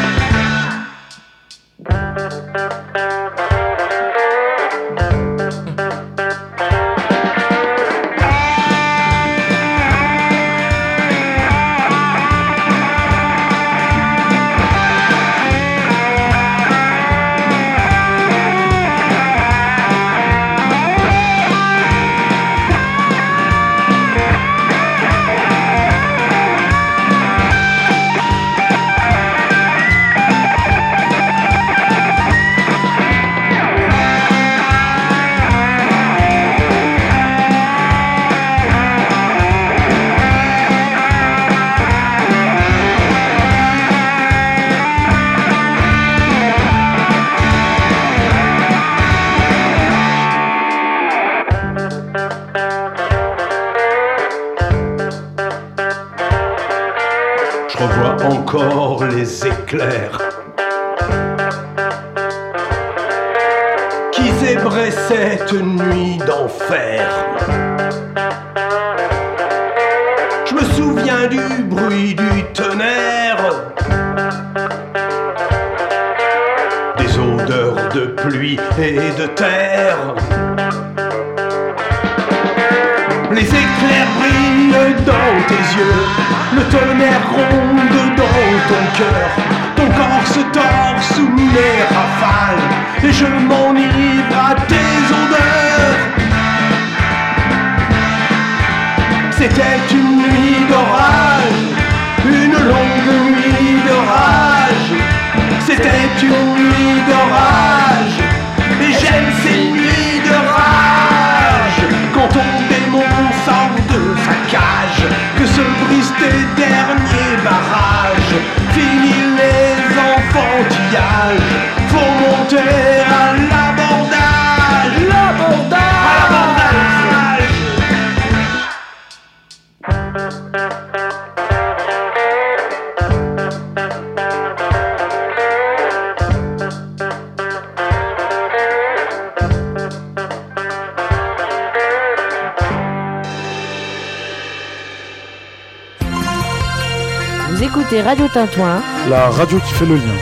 Je revois encore les éclairs qui zébraient cette nuit d'enfer. Je me souviens du bruit du tonnerre, des odeurs de pluie et de terre. Les éclairs brillent dans tes yeux, le tonnerre gronde dans ton cœur. Ton corps se tord sous mes rafales, et je m'enivre à tes odeurs. C'était une nuit d'orage, une longue nuit d'orage. C'était une nuit d'orage, et j'aime ces nuits de rage. Quand ton démon sort de sa cage, que se brisent tes derniers barrages. Fini les enfantillages, faut monter à l'abordage. L'abordage, à l'abordage. Vous écoutez Radio Tintouin, la radio qui fait le lien.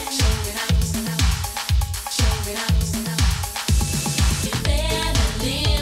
Live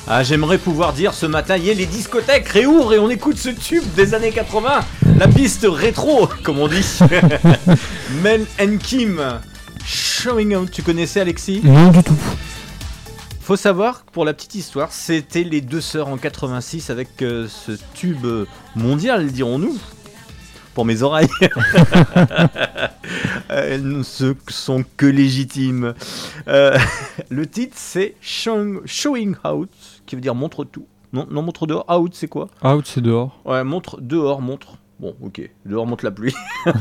Ah, j'aimerais pouvoir dire ce matin, y est, les discothèques réouvrent et on écoute ce tube des années quatre-vingts, la piste rétro, comme on dit. Mel and Kim, Showing Out. Tu connaissais, Alexis ? Non du tout. Faut savoir que pour la petite histoire, c'était les deux sœurs en quatre-vingt-six avec euh, ce tube mondial, dirons-nous. Pour mes oreilles. Elles ne se sont que légitimes. Euh, le titre, c'est Showing, Showing Out, qui veut dire montre tout. Non, non, montre dehors. Out, c'est quoi ? Out, c'est dehors. Ouais, montre dehors, montre. Bon, ok. Dehors, montre la pluie.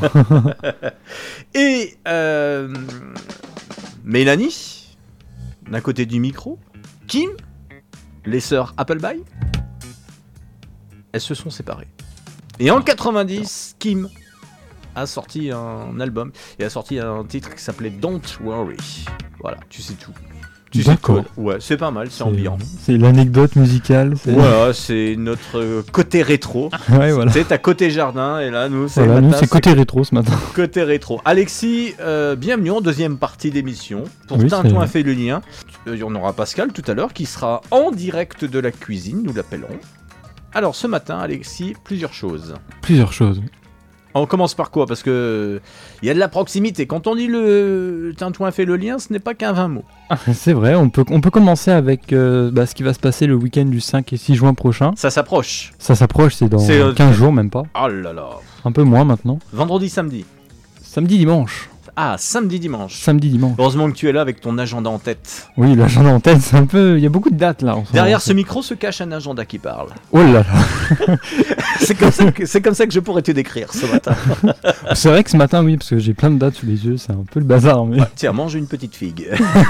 Et euh, Mélanie, d'un côté du micro. Kim, les sœurs Appleby, elles se sont séparées. Et en quatre-vingt-dix, Kim a sorti un album et a sorti un titre qui s'appelait Don't Worry. Voilà, tu sais tout. Tu D'accord. sais tout. Ouais, c'est pas mal, c'est, c'est ambiant. C'est l'anecdote musicale. C'est... Voilà, c'est notre côté rétro. Ouais, voilà. C'est ta côté jardin et là, nous, c'est, voilà, matin, nous, c'est, c'est côté rétro ce matin. Côté rétro. Alexis, euh, bienvenue en deuxième partie d'émission. Pour oui, Tintin c'est... a fait le lien. Euh, on aura Pascal tout à l'heure qui sera en direct de la cuisine, nous l'appellerons. Alors ce matin, Alexis, plusieurs choses. Plusieurs choses. On commence par quoi ? Parce que il y a de la proximité. Quand on dit le Tintouin fait le lien, ce n'est pas qu'un vingt mots. Ah, c'est vrai, on peut, on peut commencer avec euh, bah, ce qui va se passer le week-end du cinq et six juin prochain. Ça s'approche. Ça s'approche, c'est dans c'est, euh, quinze jours même pas. Oh là là. Un peu moins maintenant. Vendredi, samedi. Samedi, dimanche. Ah, samedi, dimanche. Samedi, dimanche. Heureusement que tu es là avec ton agenda en tête. Oui, l'agenda en tête, c'est un peu... Il y a beaucoup de dates là. En Derrière ce micro se cache un agenda qui parle. Oh là là. c'est, comme ça que, c'est comme ça que je pourrais te décrire ce matin. C'est vrai que ce matin, oui, parce que j'ai plein de dates sous les yeux, c'est un peu le bazar. Mais... Ouais, tiens, mange une petite figue.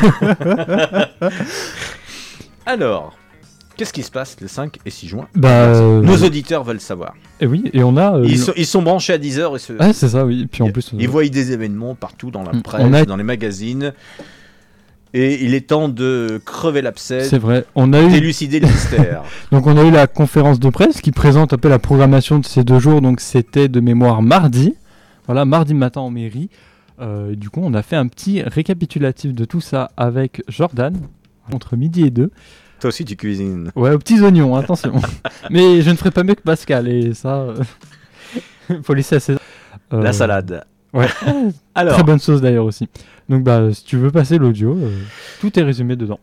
Alors, qu'est-ce qui se passe le cinq et six juin ? Bah, euh... Nos auditeurs veulent savoir. Et oui, et on a... Euh, ils, sont, ils sont branchés à dix heures. Et se... Ah, c'est ça, oui. Puis en plus, ils euh... voient des événements partout dans la presse, a... dans les magazines. Et il est temps de crever l'abcès. C'est vrai. On a eu... d'élucider le mystère. Donc on a eu la conférence de presse qui présente un peu la programmation de ces deux jours. Donc c'était de mémoire mardi. Voilà, mardi matin en mairie. Euh, du coup, on a fait un petit récapitulatif de tout ça avec Jordan, entre midi et deux. Toi aussi, tu cuisines. Ouais, aux petits oignons, attention. Mais je ne ferai pas mieux que Pascal, et ça, euh... faut laisser à César. Euh... La salade. Ouais. Alors. Très bonne sauce d'ailleurs aussi. Donc, bah, si tu veux passer l'audio, euh, tout est résumé dedans.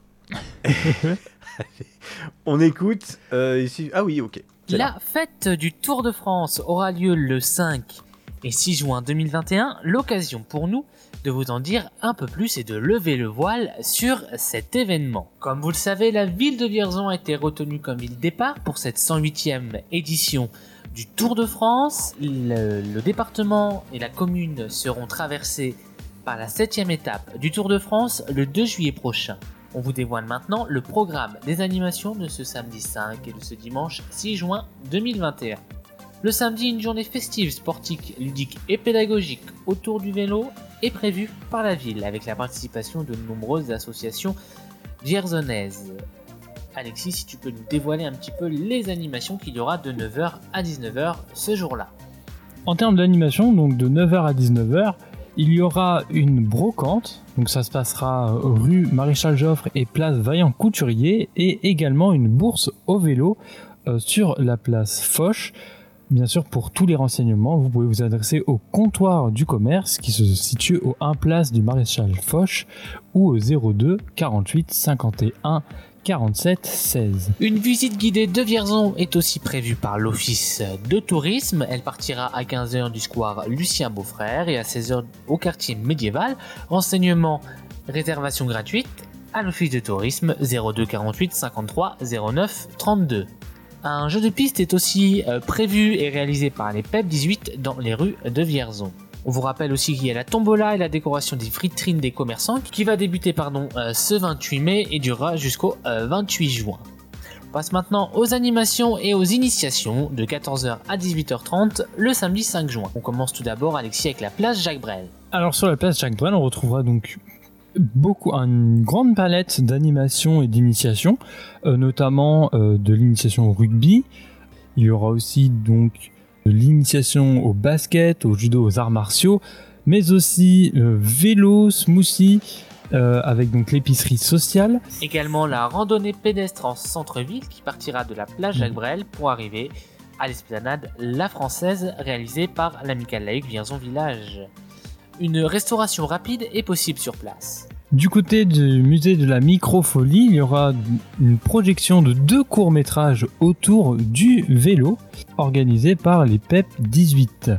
On écoute euh, ici. Ah oui, ok. C'est La là. Fête du Tour de France aura lieu le cinq et six juin deux mille vingt et un. L'occasion pour nous de vous en dire un peu plus et de lever le voile sur cet événement. Comme vous le savez, la ville de Vierzon a été retenue comme ville départ pour cette cent huitième édition du Tour de France. Le, le département et la commune seront traversés par la septième étape du Tour de France le deux juillet prochain. On vous dévoile maintenant le programme des animations de ce samedi cinq et de ce dimanche six juin deux mille vingt et un. Le samedi, une journée festive, sportive, ludique et pédagogique autour du vélo est prévue par la ville avec la participation de nombreuses associations vierzonaises. Alexis, si tu peux nous dévoiler un petit peu les animations qu'il y aura de neuf heures à dix-neuf heures ce jour-là. En termes d'animation, donc de neuf heures à dix-neuf heures, il y aura une brocante, donc ça se passera rue Maréchal Joffre et place Vaillant Couturier, et également une bourse au vélo euh, sur la place Foch. Bien sûr, pour tous les renseignements, vous pouvez vous adresser au comptoir du commerce qui se situe au un place du Maréchal Foch ou au zéro deux quarante-huit cinquante et un quarante-sept seize. Une visite guidée de Vierzon est aussi prévue par l'office de tourisme. Elle partira à quinze heures du square Lucien Beaufrère et à seize heures au quartier médiéval. Renseignements, réservation gratuite à l'office de tourisme zéro deux quarante-huit cinquante-trois zéro neuf trente-deux. Un jeu de piste est aussi euh, prévu et réalisé par les P E P dix-huit dans les rues de Vierzon. On vous rappelle aussi qu'il y a la tombola et la décoration des vitrines des commerçants qui va débuter pardon, euh, ce vingt-huit mai et durera jusqu'au euh, vingt-huit juin. On passe maintenant aux animations et aux initiations de quatorze heures à dix-huit heures trente le samedi cinq juin. On commence tout d'abord, Alexis, avec la place Jacques Brel. Alors sur la place Jacques Brel, on retrouvera donc beaucoup, une grande palette d'animations et d'initiations, euh, notamment euh, de l'initiation au rugby. Il y aura aussi donc de l'initiation au basket, au judo, aux arts martiaux, mais aussi euh, vélo, smoothie, euh, avec donc l'épicerie sociale. Également la randonnée pédestre en centre-ville qui partira de la plage Jacques Brel pour arriver à l'esplanade La Française réalisée par l'Amicale laïque Vierzon Village. Une restauration rapide est possible sur place. Du côté du musée de la microfolie, il y aura une projection de deux courts-métrages autour du vélo organisés par les P E P dix-huit.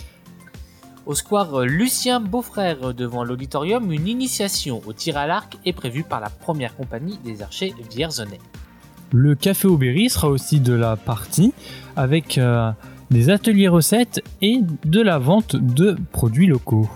Au square Lucien Beaufrère devant l'auditorium, une initiation au tir à l'arc est prévue par la première compagnie des archers vierzonais. Le Café Aubéry sera aussi de la partie avec euh, des ateliers recettes et de la vente de produits locaux.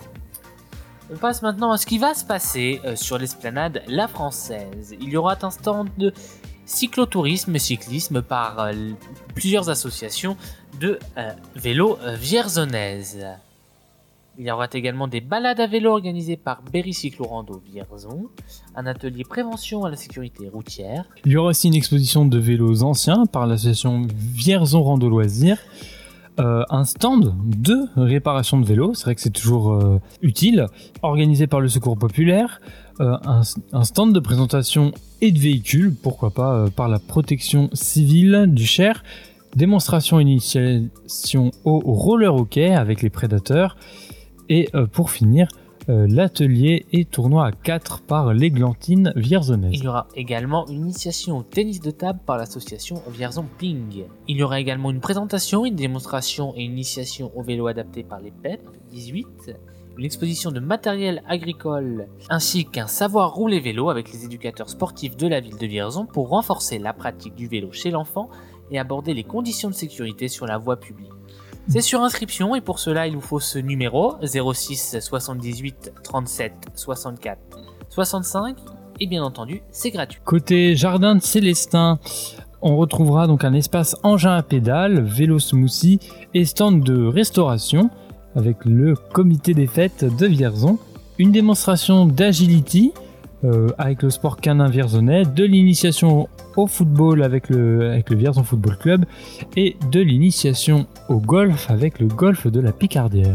On passe maintenant à ce qui va se passer euh, sur l'esplanade La Française. Il y aura un stand de cyclotourisme, cyclisme par euh, plusieurs associations de euh, vélo euh, vierzonaises. Il y aura également des balades à vélo organisées par Berry Cyclorando Vierzon, un atelier prévention à la sécurité routière. Il y aura aussi une exposition de vélos anciens par l'association Vierzon Rando Loisirs. Euh, un stand de réparation de vélos, c'est vrai que c'est toujours euh, utile, organisé par le Secours Populaire, euh, un, un stand de présentation et de véhicules, pourquoi pas euh, par la protection civile du Cher, démonstration et initiation au roller hockey avec les prédateurs, et euh, pour finir, euh, l'atelier et tournoi à quatre par l'Églantine vierzonnaise. Il y aura également une initiation au tennis de table par l'association Vierzon Ping. Il y aura également une présentation, une démonstration et une initiation au vélo adapté par les P E P dix-huit, une exposition de matériel agricole, ainsi qu'un savoir rouler vélo avec les éducateurs sportifs de la ville de Vierzon pour renforcer la pratique du vélo chez l'enfant et aborder les conditions de sécurité sur la voie publique. C'est sur inscription et pour cela il vous faut ce numéro zéro six soixante-dix-huit trente-sept soixante-quatre soixante-cinq et bien entendu c'est gratuit. Côté jardin de Célestin, on retrouvera donc un espace engin à pédales, vélo smoothie et stand de restauration avec le comité des fêtes de Vierzon, une démonstration d'agility euh, avec le sport canin vierzonais, de l'initiation au football avec le, avec le Vierzon Football Club et de l'initiation au golf avec le golf de la Picardière.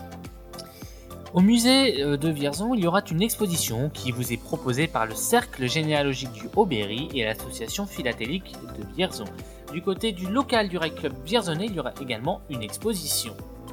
Au musée de Vierzon, il y aura une exposition qui vous est proposée par le Cercle généalogique du Haut-Berry et l'association philatélique de Vierzon. Du côté du local du Rail Club vierzonais, il y aura également une exposition.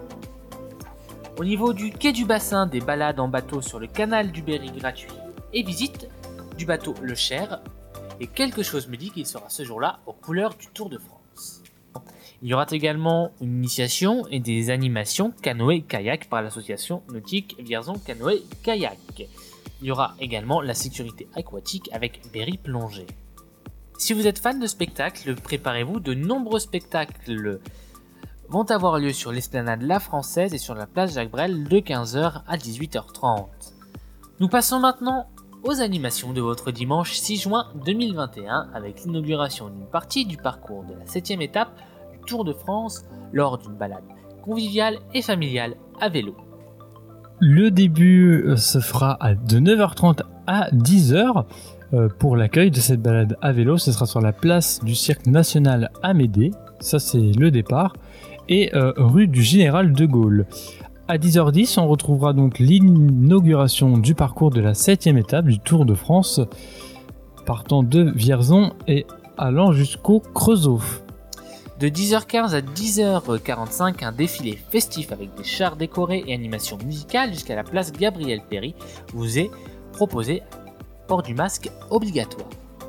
Au niveau du quai du bassin, des balades en bateau sur le canal du Berry gratuit et visite du bateau Le Cher. Et quelque chose me dit qu'il sera ce jour-là aux couleurs du Tour de France. Il y aura également une initiation et des animations canoë-kayak par l'association nautique Vierzon Canoë-Kayak. Il y aura également la sécurité aquatique avec Berry Plongée. Si vous êtes fan de spectacles, préparez-vous, de nombreux spectacles vont avoir lieu sur l'esplanade La Française et sur la place Jacques Brel de quinze heures à dix-huit heures trente. Nous passons maintenant aux animations de votre dimanche six juin deux mille vingt et un avec l'inauguration d'une partie du parcours de la septième étape du Tour de France lors d'une balade conviviale et familiale à vélo. Le début se fera à de neuf heures trente à dix heures. Euh, pour l'accueil de cette balade à vélo, ce sera sur la place du Cirque National Amédée, ça c'est le départ, et euh, rue du Général de Gaulle. À dix heures dix, on retrouvera donc l'inauguration du parcours de la septième étape du Tour de France, partant de Vierzon et allant jusqu'au Creusot. De dix heures quinze à dix heures quarante-cinq, un défilé festif avec des chars décorés et animations musicales jusqu'à la place Gabriel Péri vous est proposé, port du masque obligatoire.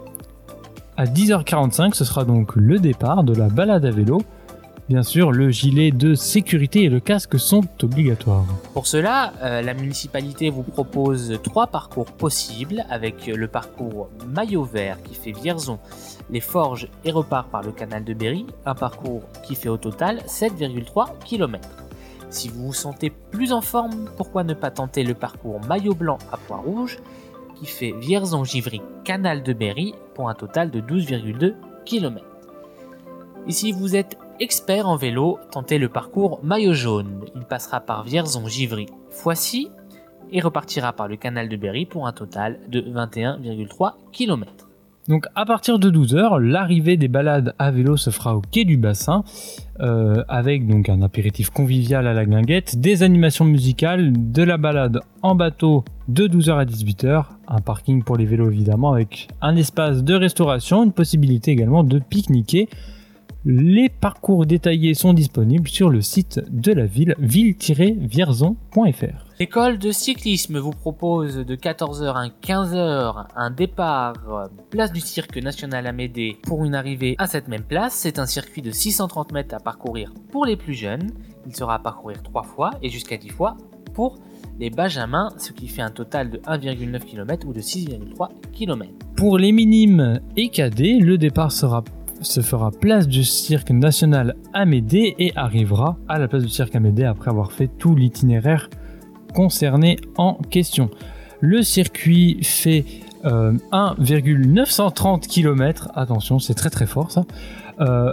À dix heures quarante-cinq, ce sera donc le départ de la balade à vélo. Bien sûr, le gilet de sécurité et le casque sont obligatoires. Pour cela, euh, la municipalité vous propose trois parcours possibles avec le parcours maillot vert qui fait Vierzon, les Forges et repart par le canal de Berry, un parcours qui fait au total sept virgule trois kilomètres. Si vous vous sentez plus en forme, pourquoi ne pas tenter le parcours maillot blanc à poids rouge qui fait Vierzon-Givry, canal de Berry pour un total de douze virgule deux kilomètres. Et si vous êtes expert en vélo, tentez le parcours maillot jaune. Il passera par Vierzon-Givry, Foissy et repartira par le canal de Berry pour un total de vingt et un virgule trois kilomètres. Donc à partir de douze heures, l'arrivée des balades à vélo se fera au quai du bassin, euh, avec donc un apéritif convivial à la guinguette, des animations musicales, de la balade en bateau de douze heures à dix-huit heures, un parking pour les vélos évidemment, avec un espace de restauration, une possibilité également de pique-niquer. Les parcours détaillés sont disponibles sur le site de la ville, ville tiret vierzon point f r. L'école de cyclisme vous propose de quatorze heures à quinze heures un départ euh, place du Cirque National Amédée pour une arrivée à cette même place. C'est un circuit de six cent trente mètres à parcourir pour les plus jeunes. Il sera à parcourir trois fois et jusqu'à dix fois pour les benjamins, ce qui fait un total de un virgule neuf kilomètres ou de six virgule trois kilomètres. Pour les minimes et cadets, le départ sera se fera place du Cirque National Amédée et arrivera à la place du Cirque Amédée après avoir fait tout l'itinéraire concerné en question. Le circuit fait euh, un virgule neuf cent trente kilomètres, attention c'est très très fort ça, euh,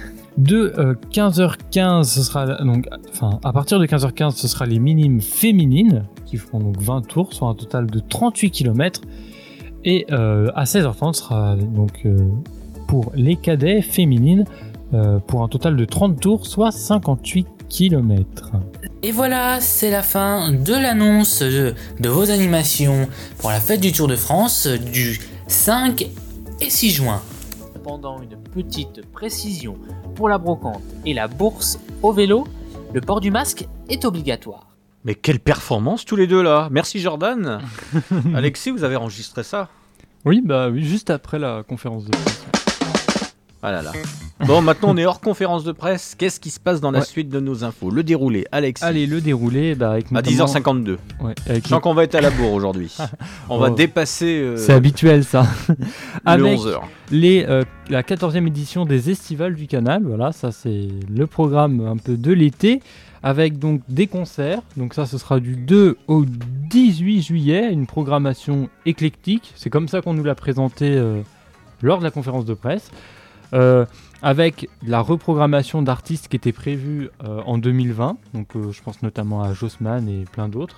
de euh, quinze heures quinze, ce sera, donc, enfin, à partir de quinze heures quinze ce sera les minimes féminines qui feront donc vingt tours, soit un total de trente-huit kilomètres, et euh, à seize heures trente ce sera donc euh, pour les cadets féminines euh, pour un total de trente tours, soit cinquante-huit kilomètres. Et voilà, c'est la fin de l'annonce de, de vos animations pour la fête du Tour de France du cinq et six juin. Cependant, une petite précision pour la brocante et la bourse au vélo, le port du masque est obligatoire. Mais quelle performance tous les deux là. Merci Jordan. Alexis, vous avez enregistré ça? Oui, bah oui, juste après la conférence de presse. Ah là là. Bon, maintenant on est hors conférence de presse. Qu'est-ce qui se passe dans la Ouais. suite de nos infos? Le déroulé, Alexis. Allez, le déroulé, bah avec À notamment... dix heures cinquante-deux. Ouais, avec Je sens qu'on va être à la bourre aujourd'hui. On va Oh. dépasser euh, C'est habituel ça. le Avec onze heures. les, euh, la quatorzième édition des Estivales du Canal, voilà, ça c'est le programme un peu de l'été, avec donc des concerts, donc ça ce sera du deux au dix-huit juillet, une programmation éclectique, c'est comme ça qu'on nous l'a présenté euh, lors de la conférence de presse, euh, avec la reprogrammation d'artistes qui étaient prévus euh, en deux mille vingt, donc euh, je pense notamment à Jossman et plein d'autres.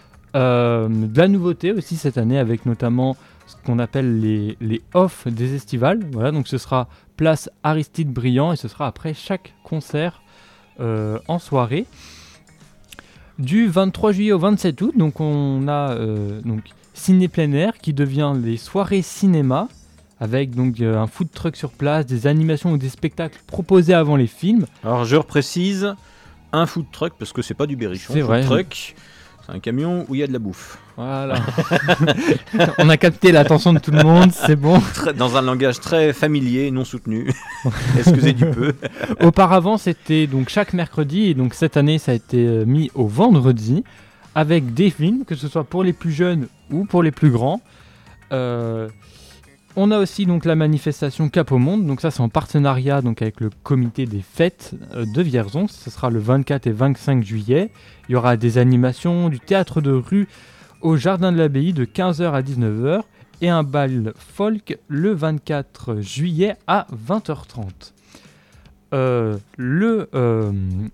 Euh, de la nouveauté aussi cette année avec notamment ce qu'on appelle les, les off des estivales. Voilà, donc ce sera place Aristide Briand et ce sera après chaque concert euh, en soirée. Du vingt-trois juillet au vingt-sept août, donc on a euh, donc ciné plein air qui devient les soirées cinéma avec donc euh, un food truck sur place, des animations ou des spectacles proposés avant les films. Alors je reprécise, un food truck parce que c'est pas du berrichon. C'est food vrai. truck, c'est un camion où il y a de la bouffe. Voilà. On a capté l'attention de tout le monde, c'est bon. Très- dans un langage très familier, non soutenu. Excusez du peu. Auparavant, c'était donc chaque mercredi et donc cette année, ça a été euh, mis au vendredi avec des films, que ce soit pour les plus jeunes ou pour les plus grands. Euh, on a aussi donc la manifestation Cap au Monde, donc ça c'est en partenariat donc avec le comité des fêtes euh, de Vierzon. Ce sera le vingt-quatre et vingt-cinq juillet. Il y aura des animations, du théâtre de rue au Jardin de l'Abbaye de quinze heures à dix-neuf heures et un bal folk le vingt-quatre juillet à vingt heures trente. Euh, le euh,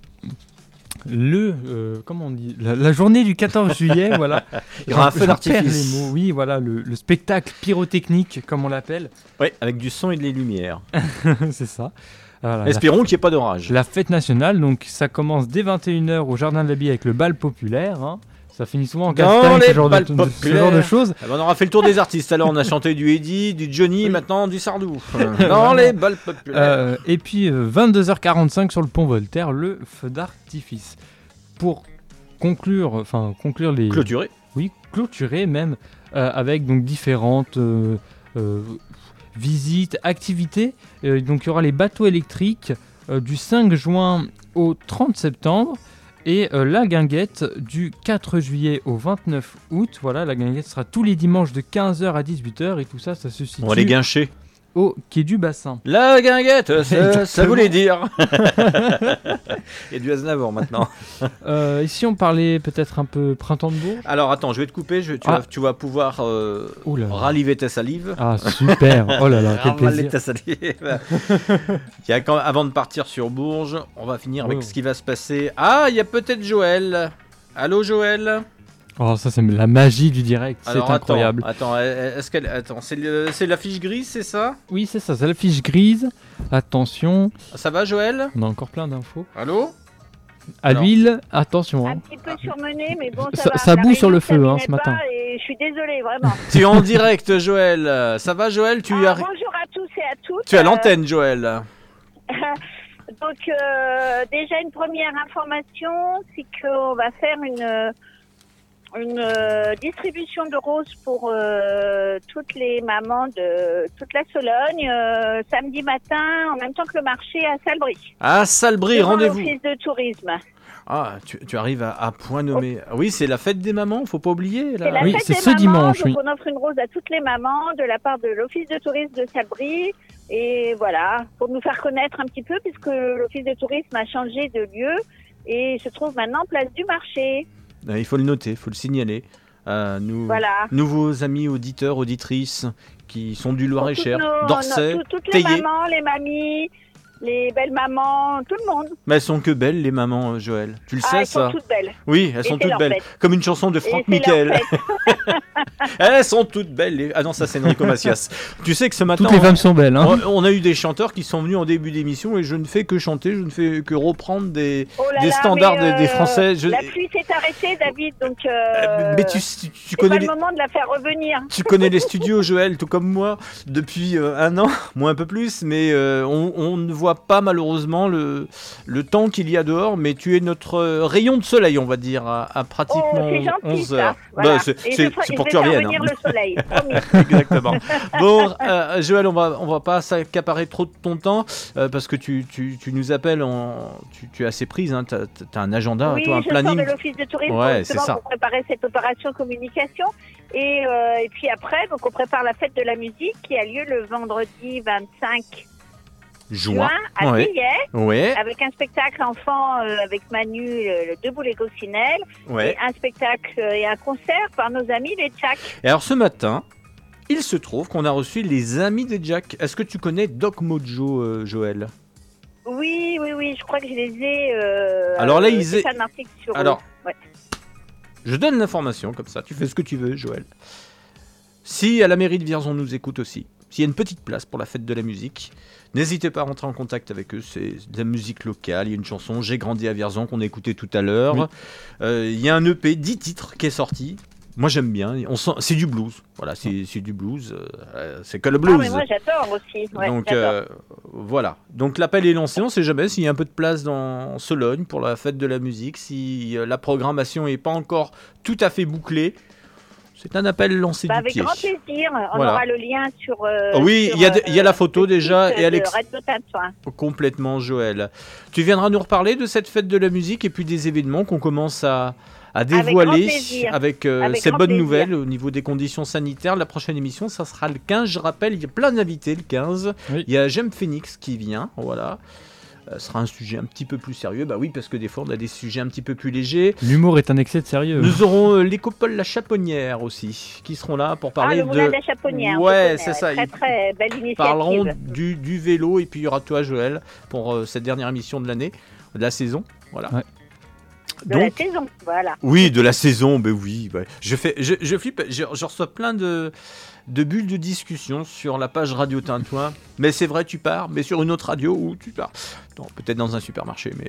le euh, comment on dit la, la journée du quatorze juillet, voilà. Il y aura un feu Je perds d'artifice. les mots, oui, voilà, le, le spectacle pyrotechnique comme on l'appelle. Oui, avec du son et de les lumières. C'est ça. Voilà, la, Espérons qu'il n'y ait pas d'orage. la fête nationale, donc ça commence dès vingt et une heures au Jardin de l'Abbaye avec le bal populaire, hein. Ça finit souvent en Dans castagne, les ce genre, de, bals de- ce genre de populaires. choses. Ah ben, on aura fait le tour des artistes. Alors on a chanté du Eddie, du Johnny, maintenant du Sardou. Dans les balles populaires. Euh, et puis euh, vingt-deux heures quarante-cinq sur le pont Voltaire, le feu d'artifice. Pour conclure, enfin conclure les, Clôturé. oui, clôturer même euh, avec donc différentes euh, euh, visites, activités. Euh, donc il y aura les bateaux électriques euh, du cinq juin au trente septembre. Et euh, la guinguette du quatre juillet au vingt-neuf août. Voilà, la guinguette sera tous les dimanches de quinze heures à dix-huit heures. Et tout ça, ça se situe On va les guincher. au quai du bassin. La guinguette, ça, ça Exactement. voulait dire. Il y a du Aznavour maintenant. Euh, ici, on parlait peut-être un peu printemps de Bourges. Alors attends, je vais te couper. Je, tu, Ah. vas, tu vas pouvoir euh, Ouh là là. raliver ta salive. Ah, super. Oh là là, quel Ravaler plaisir. ta salive. Il y a quand- avant de partir sur Bourges, on va finir avec Oh. ce qui va se passer. Ah, il y a peut-être Joël. Allô Joël. Oh, ça, c'est la magie du direct, c'est Alors, incroyable. Attends, attends, est-ce qu'elle, attends, c'est, le, c'est la fiche grise, c'est ça? Oui, c'est ça, c'est la fiche grise. Attention, Ça va, Joël? on a encore plein d'infos. Allô? À Alors. l'huile, attention. Un Hein. petit peu surmené, mais bon, ça, Ça- va. ça La bout sur réunion le feu, hein, terminait ce matin. pas Et je suis désolée, vraiment. Tu es en direct, Joël. Ça va, Joël? Tu, Ah, as... bonjour à tous et à toutes. tu as Euh, l'antenne, Joël. Donc, euh, déjà, une première information, c'est qu'on va faire une, une euh, distribution de roses pour euh, toutes les mamans de toute la Sologne, euh, samedi matin, en même temps que le marché à Salbris. À Salbris, Devant rendez-vous. l'office de tourisme. Ah, tu, tu arrives à, à point nommé. Oui, c'est la fête des mamans, faut pas oublier. Là. C'est la Oui, fête c'est des ce mamans, dimanche, donc oui. on offre une rose à toutes les mamans de la part de l'office de tourisme de Salbris. Et voilà, pour nous faire connaître un petit peu, puisque l'office de tourisme a changé de lieu et se trouve maintenant place du marché. Euh, Il faut le noter, il faut le signaler. Euh, nous, Voilà. Nouveaux amis auditeurs, auditrices qui sont du Pour Loir-et-Cher, toutes nos- d'Orsay, nos- tout- toutes les Théier. mamans, les mamies, les belles mamans, tout le monde. Mais elles sont que belles, les mamans, euh, Joël. Tu le Ah, sais, elles ça? sont toutes belles. Oui, elles Et sont c'est toutes leur belles. fête. Comme une chanson de Et Franck c'est leur Michael. fête. Elles sont toutes belles. les- Ah non, ça c'est Enrico Macias. Tu sais que ce matin, Toutes les on- femmes sont belles. Hein. on, on a eu des chanteurs qui sont venus en début d'émission et je ne fais que chanter, je ne fais que reprendre des, Oh là des là, standards mais, des, des euh, Français. Je- La pluie s'est arrêtée, David, donc euh, Euh, Mais tu, tu, tu c'est connais pas les... le moment de la faire revenir. Tu connais les studios, Joël, tout comme moi, depuis euh, un an, moi un peu plus, mais euh, on, on ne voit pas malheureusement le, le temps qu'il y a dehors, mais tu es notre euh, rayon de soleil, on va dire, à, à pratiquement Oh, c'est gentil, onze ça. heures. Voilà. Bah, c'est Et c'est- je ferai- c'est pour que je tu vais faire reviennes. venir hein. le soleil, promis. Exactement. Bon, euh, Joël, on va, on va pas s'accaparer trop de ton temps, euh, parce que tu, tu, tu nous appelles, en, tu, tu es assez prise, hein, tu as un agenda, Oui, toi, un je planning. sors de l'office de tourisme Ouais, justement c'est ça. pour préparer cette opération communication. Et, euh, et puis après, donc on prépare la fête de la musique qui a lieu le vendredi vingt-cinq Juin. juin à Ouais. Théier, Ouais, avec un spectacle enfant euh, avec Manu, le, le Debout les Coccinelles, ouais. et un spectacle euh, et un concert par nos amis les Tchaks. Et alors ce matin, il se trouve qu'on a reçu les amis des Jack. Est-ce que tu connais Doc Mojo, euh, Joël? Oui, oui, oui, je crois que je les ai. Euh, Alors là, euh, ils j'ai aient- fait un article sur Alors, eux. Ouais. Je donne l'information comme ça, tu fais ce que tu veux, Joël. Si à la mairie de Vierzon nous écoute aussi, s'il y a une petite place pour la fête de la musique, n'hésitez pas à rentrer en contact avec eux. C'est de la musique locale. Il y a une chanson J'ai grandi à Vierzon qu'on a écouté tout à l'heure. Oui. Euh, il y a un E P, dix titres qui est sorti. Moi j'aime bien. On sent, c'est du blues. Voilà, c'est, c'est du blues. Euh, c'est que le Ah, blues. mais moi j'adore aussi. Ouais, Donc j'adore. euh, voilà. Donc l'appel est lancé. On ne sait jamais s'il y a un peu de place dans Sologne pour la fête de la musique. Si euh, la programmation n'est pas encore tout à fait bouclée, c'est un appel lancé Bah, du avec pied. grand plaisir. On Voilà. aura le lien sur. euh, Ah oui, sur, il y a de- il y a la euh, photo le déjà, site et de Alex- Radio Tintouin. Complètement, Joël. Tu viendras nous reparler de cette fête de la musique et puis des événements qu'on commence à, à grand dévoiler plaisir. avec, euh, Avec ces grand bonnes plaisir. nouvelles au niveau des conditions sanitaires. La prochaine émission, ça sera le quinze. Je rappelle, il y a plein d'invités le quinze. Oui. Il y a Jem Phoenix qui vient. Voilà. Euh, Ce sera un sujet un petit peu plus sérieux. Bah oui, parce que des fois, on a des sujets un petit peu plus légers. L'humour est un excès de sérieux. Nous aurons euh, les copains de la Chaponnière aussi, qui seront là pour Ah, parler le moulin de... de la Chaponnière. Ouais, je connais, c'est ça. Très, Ils très belle initiative. parleront du, du vélo et puis il y aura toi, Joël, pour euh, cette dernière émission de l'année, de la saison. Voilà. Ouais. De la saison, voilà. Oui, de la saison, ben oui. Ben, je, fais, je, je flippe, je, je reçois plein de, de bulles de discussion sur la page Radio Tintouin. Mais c'est vrai, tu pars, mais sur une autre radio où tu pars. Non, peut-être dans un supermarché, mais.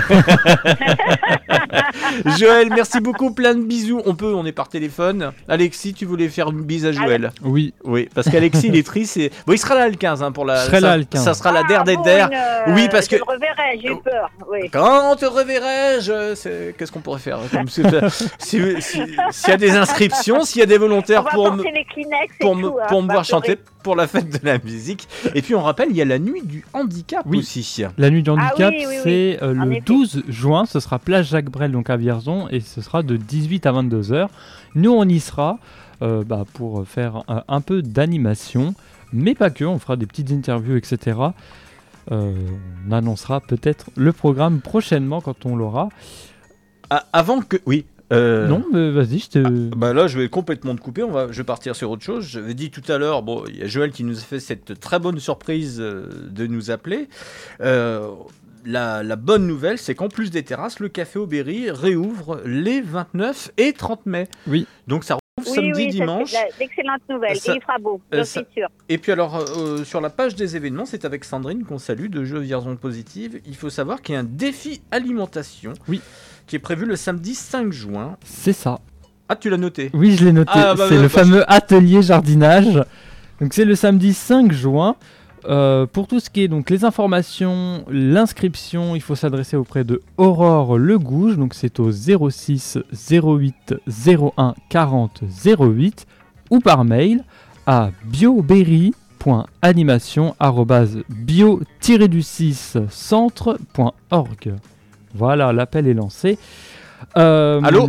Joël, merci beaucoup, plein de bisous. On peut, on est par téléphone. Alexis, tu voulais faire une bise à Joël? Oui, Oui, parce qu'Alexis, il est triste. Et... Bon, il sera là le quinze hein, pour la. Je serai ça, là le quinze. Ça sera la der Ah, des bon, der. une, euh, Oui, parce je que- le reverrai, j'ai eu peur. Oui. Quand te reverrai-je c'est... Qu'est-ce qu'on pourrait faire comme si- si- si- S'il y a des inscriptions, s'il y a des On volontaires va pour me, porter les Kleenex et pour me, tout. hein, pour me pas voir pleurer. chanter pour la fête de la musique. Et puis on rappelle, il y a la nuit du handicap Oui. aussi. la nuit du handicap, Ah oui, oui, oui. c'est euh, En le effet. douze juin, ce sera place Jacques Brel, donc à Vierzon, et ce sera de dix-huit à vingt-deux heures. Nous, on y sera euh, bah, pour faire un, un peu d'animation, mais pas que, on fera des petites interviews, et cetera. Euh, on annoncera peut-être le programme prochainement quand on l'aura. Ah, avant que... Oui. euh, Non, mais vas-y, je te... Bah là, je vais complètement te couper. On va, je vais partir sur autre chose. J'avais dit tout à l'heure, bon, il y a Joël qui nous a fait cette très bonne surprise euh, de nous appeler. Euh, la, la bonne nouvelle, c'est qu'en plus des terrasses, le Café Aubéry réouvre les vingt-neuf et trente mai. Oui. Donc ça rouvre Oui, samedi, oui, ça, dimanche. c'est de la- d'excellentes nouvelles. Ça- Et il fera beau, euh, j'en ça- suis sûre. Et puis alors, euh, sur la page des événements, c'est avec Sandrine qu'on salue de Jeux Vierzon Positive. Il faut savoir qu'il y a un défi alimentation Oui. qui est prévu le samedi cinq juin. C'est ça. Ah, tu l'as noté. Oui, je l'ai noté. Ah, bah, c'est bah, le bah, fameux atelier jardinage. Donc c'est le samedi cinq juin. Euh, pour tout ce qui est donc les informations, l'inscription, il faut s'adresser auprès de Aurore Legouge. Donc c'est au zéro six zéro huit zéro un quarante zéro huit ou par mail à bioberry point animation arobase bio du six centre point org. Voilà, l'appel est lancé. Euh, Allô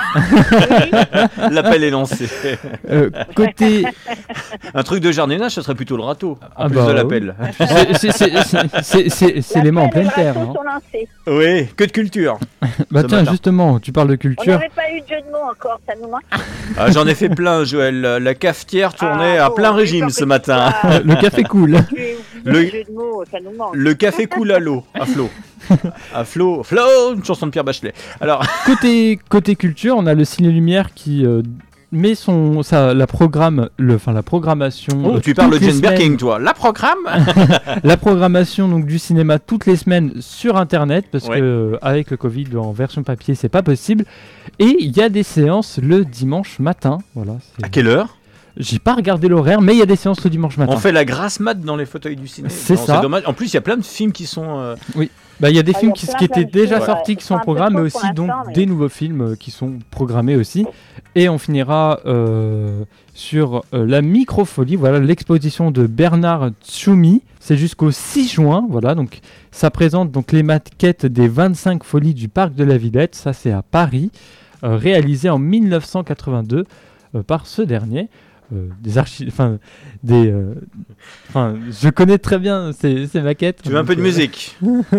L'appel est lancé. euh, côté Un truc de jardinage, ce serait plutôt le râteau, en Ah plus bah de oui. l'appel. C'est- c'est- c'est- c'est- c'est- c'est- c'est les mains en L'appel et pleine le terre. râteau hein. sont lancés. Oui, que de culture. Bah Ce tiens, matin. justement, tu parles de On culture. n'avait pas eu de jeu de mots encore, ça nous manque. Ah, j'en ai fait plein, Joël. La cafetière tournait Ah, à bon, plein j'ai régime peur ce que tu matin. sois- Le café coule. tu aies oublié Le- le jeu de mots, ça nous manque. Le café coule à l'eau, à flot. À flot, flot, une chanson de Pierre Bachelet. Alors, Côté, côté culture, on a le Ciné Lumière qui euh, met son, sa, la, programme, le, enfin, la programmation. oh, euh, tu parles de toutes les Jane semaines. Birkin, toi. La programme La programmation donc, du cinéma toutes les semaines sur Internet, parce Ouais. que euh, avec le Covid, en version papier, c'est pas possible. Et il y a des séances le dimanche matin. Voilà, c'est- À quelle heure J'ai pas regardé l'horaire, mais il y a des séances le dimanche matin. On fait la grasse mat dans les fauteuils du ciné. C'est Non, ça. dommage. En plus, il y a plein de films qui sont. euh, Bah, il y a des Ah, films il y a qui, plein, qui plein étaient de déjà choses, sortis, ouais. qui sont Ils sont un peu programmés, mais trop aussi pour donc l'instant, mais- des nouveaux films euh, qui sont programmés aussi. Et on finira euh, sur euh, la microfolie, voilà l'exposition de Bernard Tchoumi. C'est jusqu'au six juin, voilà. Donc ça présente donc les maquettes des vingt-cinq folies du parc de la Villette. Ça c'est à Paris, euh, réalisé en mille neuf cent quatre-vingt-deux euh, par ce dernier. Euh, des archives, enfin des, euh, enfin je connais très bien ces, ces maquettes. Tu veux un donc, peu de euh, musique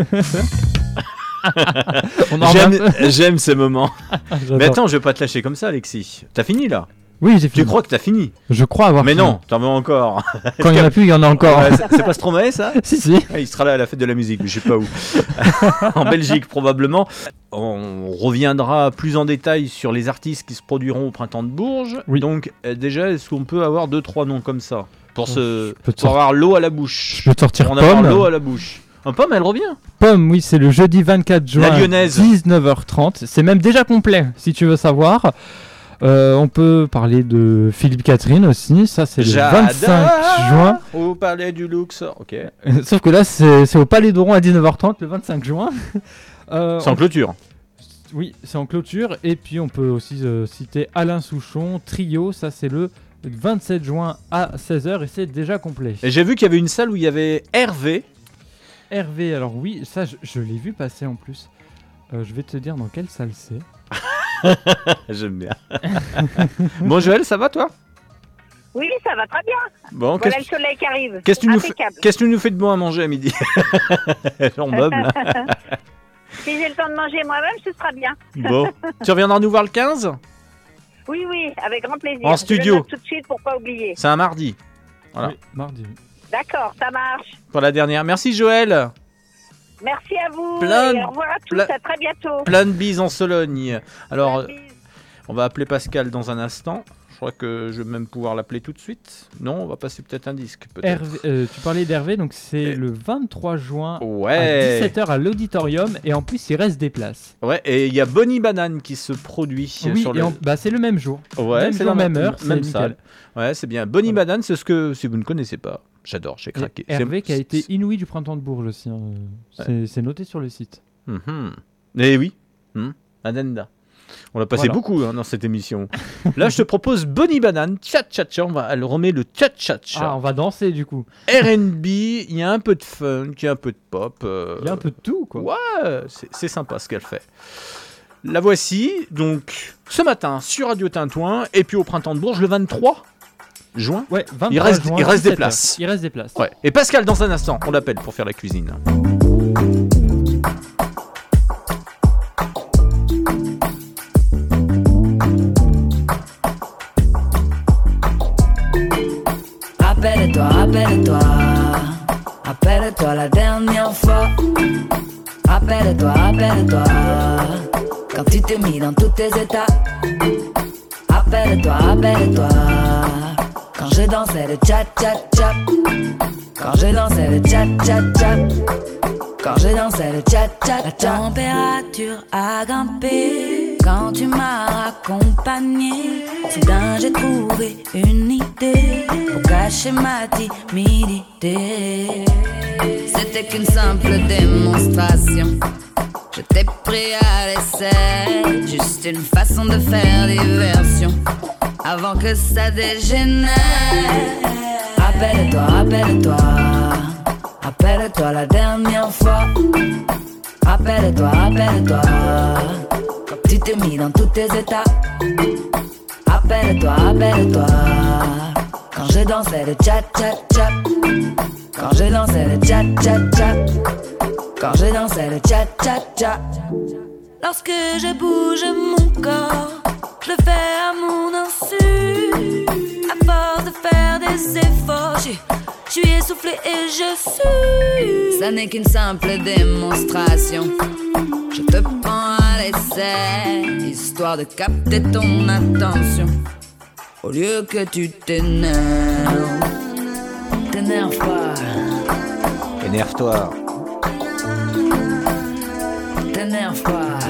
on en J'aime, remet un peu. j'aime ces moments. J'adore. Mais attends, je vais pas te lâcher comme ça, Alexis. T'as fini là Oui, j'ai Tu fini. crois que t'as fini Je crois avoir Mais fini. non, t'en veux encore. Quand il y en a plus, il y en a encore. Ouais, c'est, c'est pas Stromae ça Si, si. Ah, il sera là à la fête de la musique, mais je sais pas où. En Belgique probablement. On reviendra plus en détail sur les artistes qui se produiront au printemps de Bourges. Oui. Donc euh, déjà, est-ce qu'on peut avoir deux trois noms comme ça pour se je peux te pour sortir- avoir l'eau à la bouche. Je peux te sortir Pour en avoir l'eau Pomme. à la bouche. Un pomme, elle revient. Pomme, oui, c'est le jeudi vingt-quatre juin, La Lyonnaise. dix-neuf heures trente. C'est même déjà complet, si tu veux savoir. Euh, on peut parler de Philippe Catherine aussi. Ça, c'est le J'adore vingt-cinq juin. Au palais du Luxor. Ok. Sauf que là, c'est c'est au Palais d'Oron à dix-neuf heures trente, le vingt-cinq juin. Euh, Sans on- clôture. Oui, c'est en clôture. Et puis, on peut aussi euh, citer Alain Souchon, Trio. Ça, c'est le vingt-sept juin à seize heures et c'est déjà complet. Et j'ai vu qu'il y avait une salle où il y avait Hervé. Hervé, alors oui, ça, je, je l'ai vu passer en plus. Euh, je vais te dire dans quelle salle c'est. J'aime bien. Bon Joël, ça va toi? Oui, ça va très bien. Bon, Voilà qu'est-ce le soleil qui arrive. qu'est-ce que tu nous fais, Impeccable. qu'est-ce que tu nous fais de bon à manger à midi? J'en meuble. Si j'ai le temps de manger moi-même, ce sera bien. Bon, tu reviendras nous voir le quinze? Oui, oui, avec grand plaisir. En Je studio. le note tout de suite pour pas oublier. C'est un mardi. Voilà. Oui, mardi. oui. D'accord, ça marche. Pour la dernière. Merci Joël. Merci à vous. Plein et de- au revoir à tous. plein- À très bientôt. Plein de bises en Sologne. Alors, Plein de bises. on va appeler Pascal dans un instant. Je crois que je vais même pouvoir l'appeler tout de suite. Non, on va passer peut-être un disque. Peut-être. Hervé, euh, tu parlais d'Hervé, donc c'est Et- le vingt-trois juin à Ouais. dix-sept heures à l'auditorium et en plus il reste des places. Ouais, et il y a Bonnie Banane qui se produit Oui, sur et le. en- bah, c'est le même jour. Ouais, même c'est jour, dans la même heure, c'est même nickel. salle. Ouais, c'est bien. Bonnie Voilà. Banane, c'est ce que si vous ne connaissez pas, j'adore, j'ai Et craqué. C'est- Hervé qui a été c'est- inouï du printemps de Bourges aussi. hein. C'est c'est noté sur le site. Mhm. Eh oui, hmm. Adenda. On l'a passé Voilà. beaucoup hein, dans cette émission. Là, je te propose Bonnie Banane, tcha tcha tcha. On va, elle remet le tcha tcha Ah, tcha. on va danser du coup. R and B, il y a un peu de funk, il y a un peu de pop. euh, Il y a un peu de tout quoi. Ouais, c'est c'est sympa ce qu'elle fait. La voici, donc, ce matin sur Radio Tintouin, et puis au Printemps de Bourges le vingt-trois juin. Ouais, vingt-trois Il reste- juin, il reste des dix-sept heures. places. Il reste des places. Ouais. Et Pascal, dans un instant, on l'appelle pour faire la cuisine. Rappelle-toi, rappelle-toi, rappelle-toi la dernière fois Rappelle-toi, rappelle-toi, quand tu t'es mis dans tous tes états. Rappelle-toi, rappelle-toi, quand je dansais le cha-cha-cha. Quand je dansais le cha-cha-cha. Quand je dansais le cha-cha-cha. La température a grimpé quand tu m'as accompagné. Soudain j'ai trouvé une idée pour cacher ma timidité. C'était qu'une simple démonstration, je t'ai pris à l'essai. Juste une façon de faire diversion avant que ça dégénère. Rappelle-toi, rappelle-toi, rappelle-toi la dernière fois. Rappelle-toi, rappelle-toi, quand tu t'es mis dans tous tes états. Rappelle-toi, rappelle-toi, quand je dansais le cha-cha-cha. Quand je dansais le cha-cha-cha. Quand je dansais le cha-cha-cha. Lorsque je bouge mon corps, je le fais à mon insu. À force de faire des efforts, je, je suis essoufflé et je suis. Ça n'est qu'une simple démonstration, je te prends à l'essai, histoire de capter ton attention. Au lieu que tu t'énerves, t'énerve pas. Énerve-toi. T'énerve pas.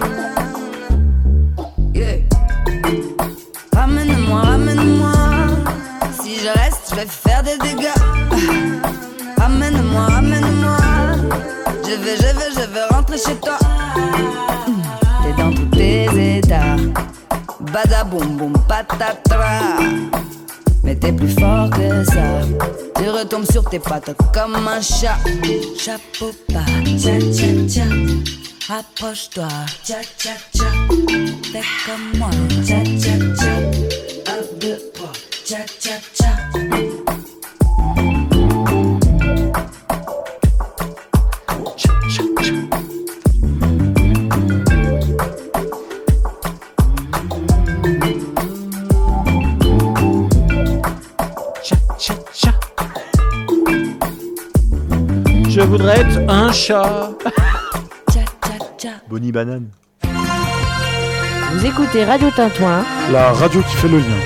Yeah. Ramène-moi, ramène-moi. Si je reste, je vais faire des dégâts. Ramène-moi, ramène-moi. Je vais, je vais, je vais rentrer chez toi. T'es dans tous tes états. Badaboum boum patatra. Mais t'es plus fort que ça. Tu retombes sur tes pattes comme un chat. Chapeau pas, tcha tcha tcha. Rapproche-toi, tcha tcha tcha. Fais comme moi, tcha tcha tcha. Un, deux, trois, tcha tcha tcha. Je voudrais être un chat. Bonnie Banane. Vous écoutez Radio Tintouin, la radio qui fait le lien.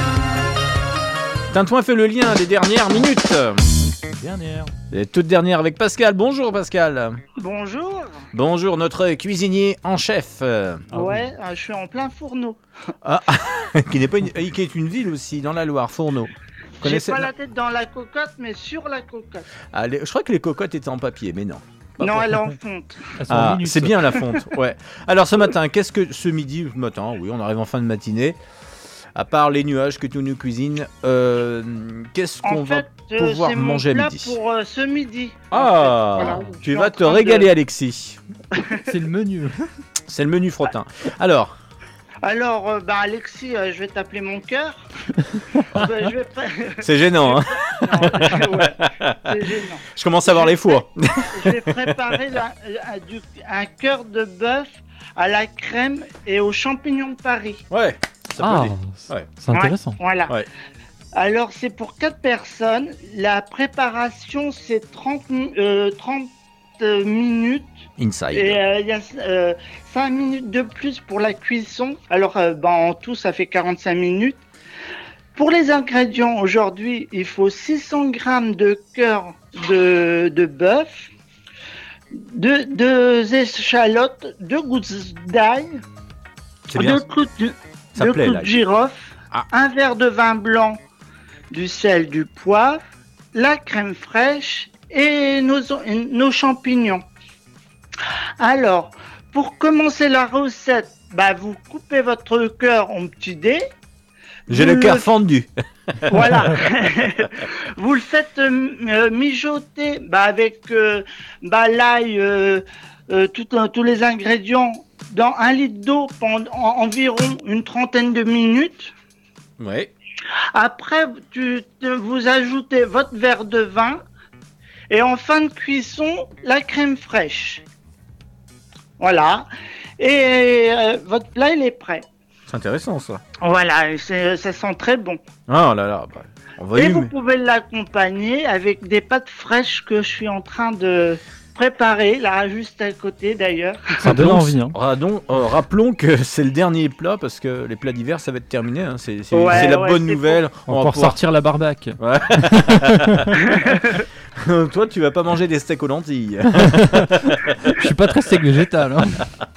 Tintouin fait le lien des dernières minutes. Dernière. Les toutes dernières avec Pascal. Bonjour Pascal. Bonjour. Bonjour notre cuisinier en chef. Ouais, euh, je suis en plein Fourneau. Ah, qui n'est pas une, qui est une ville aussi dans la Loire, Fourneau. J'ai Connaissez... pas la tête dans la cocotte, mais sur la cocotte. Ah, les... Je crois que les cocottes étaient en papier, mais non. Pas non, pour... elle est en fonte. Ah, c'est bien la fonte, ouais. Alors ce matin, qu'est-ce que ce midi, ce matin, oui, on arrive en fin de matinée. À part les nuages que tu nous cuisines, euh, qu'est-ce qu'on en va fait, pouvoir c'est manger mon à plat midi pour euh, ce midi. Ah, voilà, tu vas te régaler, de... Alexis. C'est le menu. C'est le menu frottin. Alors. Alors, euh, bah Alexis, euh, je vais t'appeler mon cœur. bah, je vais pas... C'est gênant, hein. Non, ouais, c'est gênant. Je commence à avoir les fours. Je vais préparer la, un, du, un cœur de bœuf à la crème et aux champignons de Paris. Ouais. Ça ah, peut ouais. C'est intéressant. Ouais, voilà. Ouais. Alors, c'est pour quatre personnes. La préparation, c'est trente, euh, trente minutes. Inside. Et il euh, y a euh, cinq minutes de plus pour la cuisson. Alors, euh, bah, en tout, ça fait quarante-cinq minutes. Pour les ingrédients, aujourd'hui, il faut six cents grammes de cœur de, de bœuf, deux, deux échalotes, deux gousses d'ail, deux clous de, deux clous de girofle, ah. un verre de vin blanc, du sel, du poivre, la crème fraîche et nos, nos champignons. Alors, pour commencer la recette, bah, vous coupez votre cœur en petits dés. J'ai le cœur fendu. Voilà. Vous le faites euh, mijoter bah, avec euh, bah, l'ail, euh, euh, tout, euh, tous les ingrédients dans un litre d'eau pendant en, environ une trentaine de minutes. Oui. Après, tu, vous ajoutez votre verre de vin et en fin de cuisson, la crème fraîche. Voilà. Et euh, votre plat, il est prêt. C'est intéressant, ça. Voilà, c'est, ça sent très bon. Oh là là, bah, on va Et y vous mais... pouvez l'accompagner avec des pâtes fraîches que je suis en train de, préparé, là, juste à côté d'ailleurs. Ça donne envie. Hein. Rappelons, euh, rappelons que c'est le dernier plat parce que les plats d'hiver ça va être terminé. Hein. C'est, c'est, Ouais, c'est la ouais, bonne c'est nouvelle. On va va pouvoir sortir la barbaque. Ouais. Toi, tu vas pas manger des steaks aux lentilles. Je suis pas très steak végétal. Hein.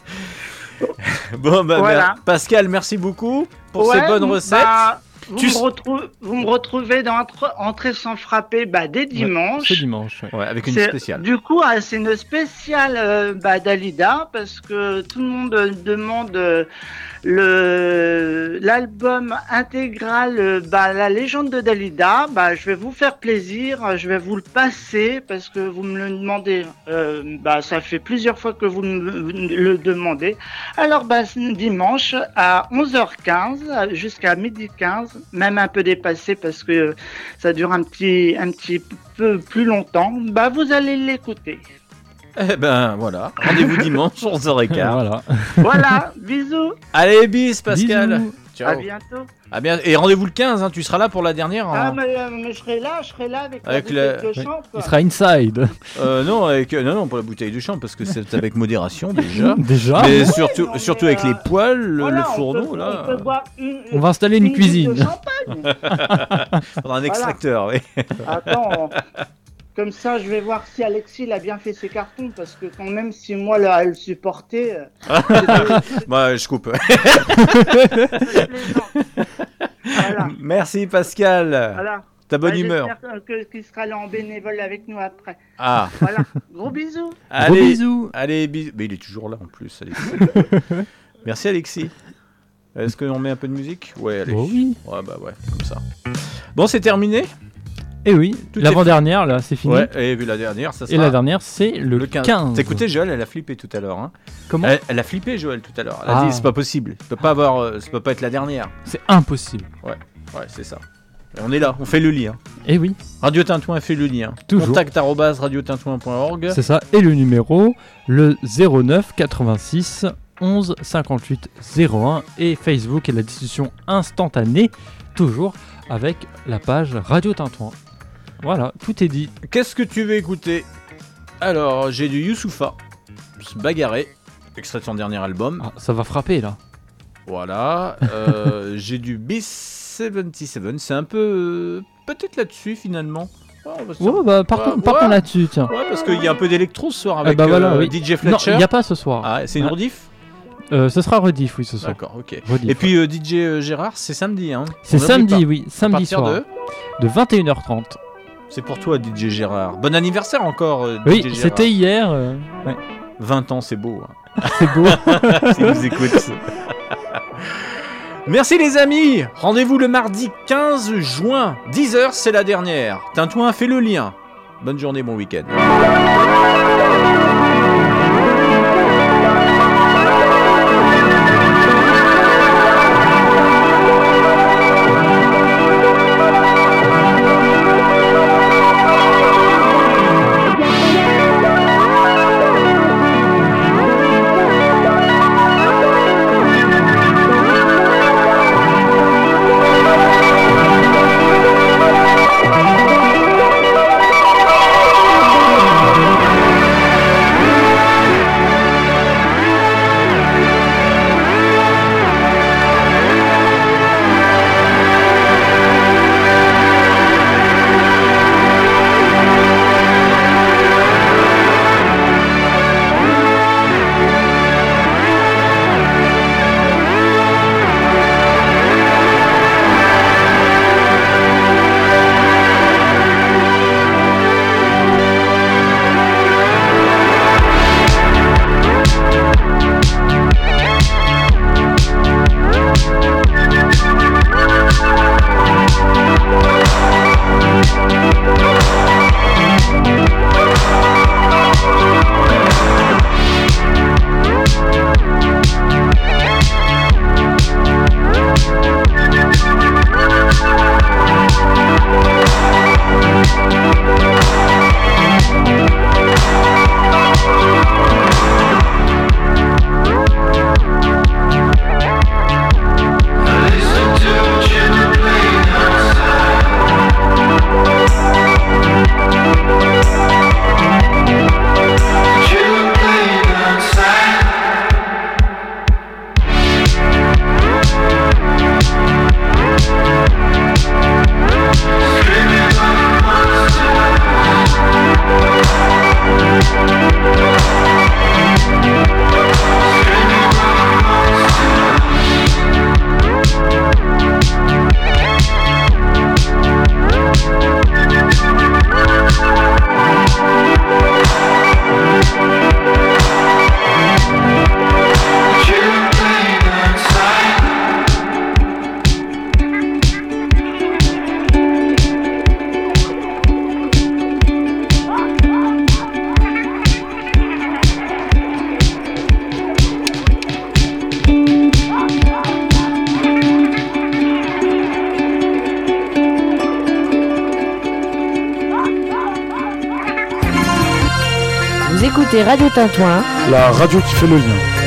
Bon, bah, Voilà. bah, Pascal, merci beaucoup pour Ouais, ces bonnes recettes. bah, vous, Tu me s- retrou- vous me retrouvez dans Entre- Entrée sans frapper bah, dès dimanche. C'est dimanche. Ouais. Ouais, avec une C'est- spéciale. Du coup, ah, c'est une spéciale euh, bah, Dalida parce que tout le monde euh, demande euh, le l'album intégral euh, bah, La légende de Dalida. Bah, je vais vous faire plaisir, euh, je vais vous le passer parce que vous me le demandez. Euh, bah, ça fait plusieurs fois que vous me le demandez. Alors, bah, c'est dimanche à onze heures quinze jusqu'à midi quinze, même un peu dépassé parce que ça dure un petit, un petit peu plus longtemps, bah vous allez l'écouter. Eh ben voilà, rendez-vous dimanche onze heures quinze. Voilà. Voilà, bisous, Allez, bis Pascal. Bisous. Ciao. à bientôt. À bien... Et rendez-vous le quinze, hein, tu seras là pour la dernière. Ah, hein. mais, euh, mais je serai là, je serai là avec, Avec la la- bouteille de Oui. champ, quoi. Il sera inside. Euh, non, avec... non, non, pour la bouteille de champ, parce que c'est avec modération déjà. Déjà. Mais ouais, surtout, non, mais, surtout euh, avec les poêles, le, Voilà, le on fourneau, peut- là. On peut boire une, On va installer une litre cuisine. de champagne. Faudra un extracteur, oui. Attends, on- comme ça, je vais voir si Alexis il a bien fait ses cartons, parce que quand même, si moi, là, à le supporter, euh, c'était- Bah, je coupe. c'était plaisant. Voilà, Merci Pascal. voilà. Ta bonne Bah, humeur. J'espère que- qu'il sera là en bénévole avec nous après. Ah, Voilà, gros bisous. Gros allez. bisous. Allez, bisous. Mais il est toujours là en plus, Alexis. Merci Alexis. Est-ce qu'on met un peu de musique? Ouais, allez. Oh oui. Ouais, bah ouais, comme ça. Bon, c'est terminé. Et oui, Tout est l'avant-dernière, là, c'est fini. Ouais, et puis la dernière, ça Et sera la dernière, c'est le, le quinze. quinze. T'as écouté Joël, elle a flippé tout à l'heure. Hein. Comment elle, elle a flippé Joël tout à l'heure. Elle a Ah. dit c'est pas possible. Ça peut pas avoir, euh, ça peut pas être la dernière. C'est impossible. Ouais, c'est ça. Et on est là, on fait le lien. Et oui, Radio Tintouin fait le lien. Toujours. Contact arobase radio tintouin point org. c'est ça. Et le numéro, le zéro neuf quatre-vingt-six onze cinquante-huit zéro un. Et Facebook et la discussion instantanée, toujours avec la page Radio Tintouin. Voilà, tout est dit. Qu'est-ce que tu veux écouter? Alors, j'ai du Youssoupha, se bagarrer, extrait de son dernier album. Ah, ça va frapper là. Voilà. Euh, j'ai du B soixante-dix-sept, c'est un peu. euh, peut-être là-dessus finalement. Ouais, on va se- Ouais, bah partons, Ouais, partons ouais. là-dessus, tiens. Ouais, parce qu'il y a un peu d'électro ce soir Ah avec bah voilà, euh, oui. D J Non, Fletcher. il n'y a pas ce soir. Ah, c'est une Ah. rediff? Euh, ce sera rediff, oui, ce soir. D'accord, ok. Rediff, Et puis euh, D J euh, Gérard, c'est samedi. Hein. c'est On n'oublie samedi, pas. oui, À samedi partir soir. de. De vingt et une heures trente. C'est pour toi, D J Gérard. Bon anniversaire encore, euh, Oui, D J Gérard. c'était hier. euh, ouais. vingt ans, c'est beau. Hein. C'est beau. S'il nous écoute. Merci les amis. Rendez-vous le mardi quinze juin. dix heures, c'est la dernière. Tintouin fait le lien. Bonne journée, bon week-end. Thank you. écoutez Radio Tintouin, la radio qui fait le lien.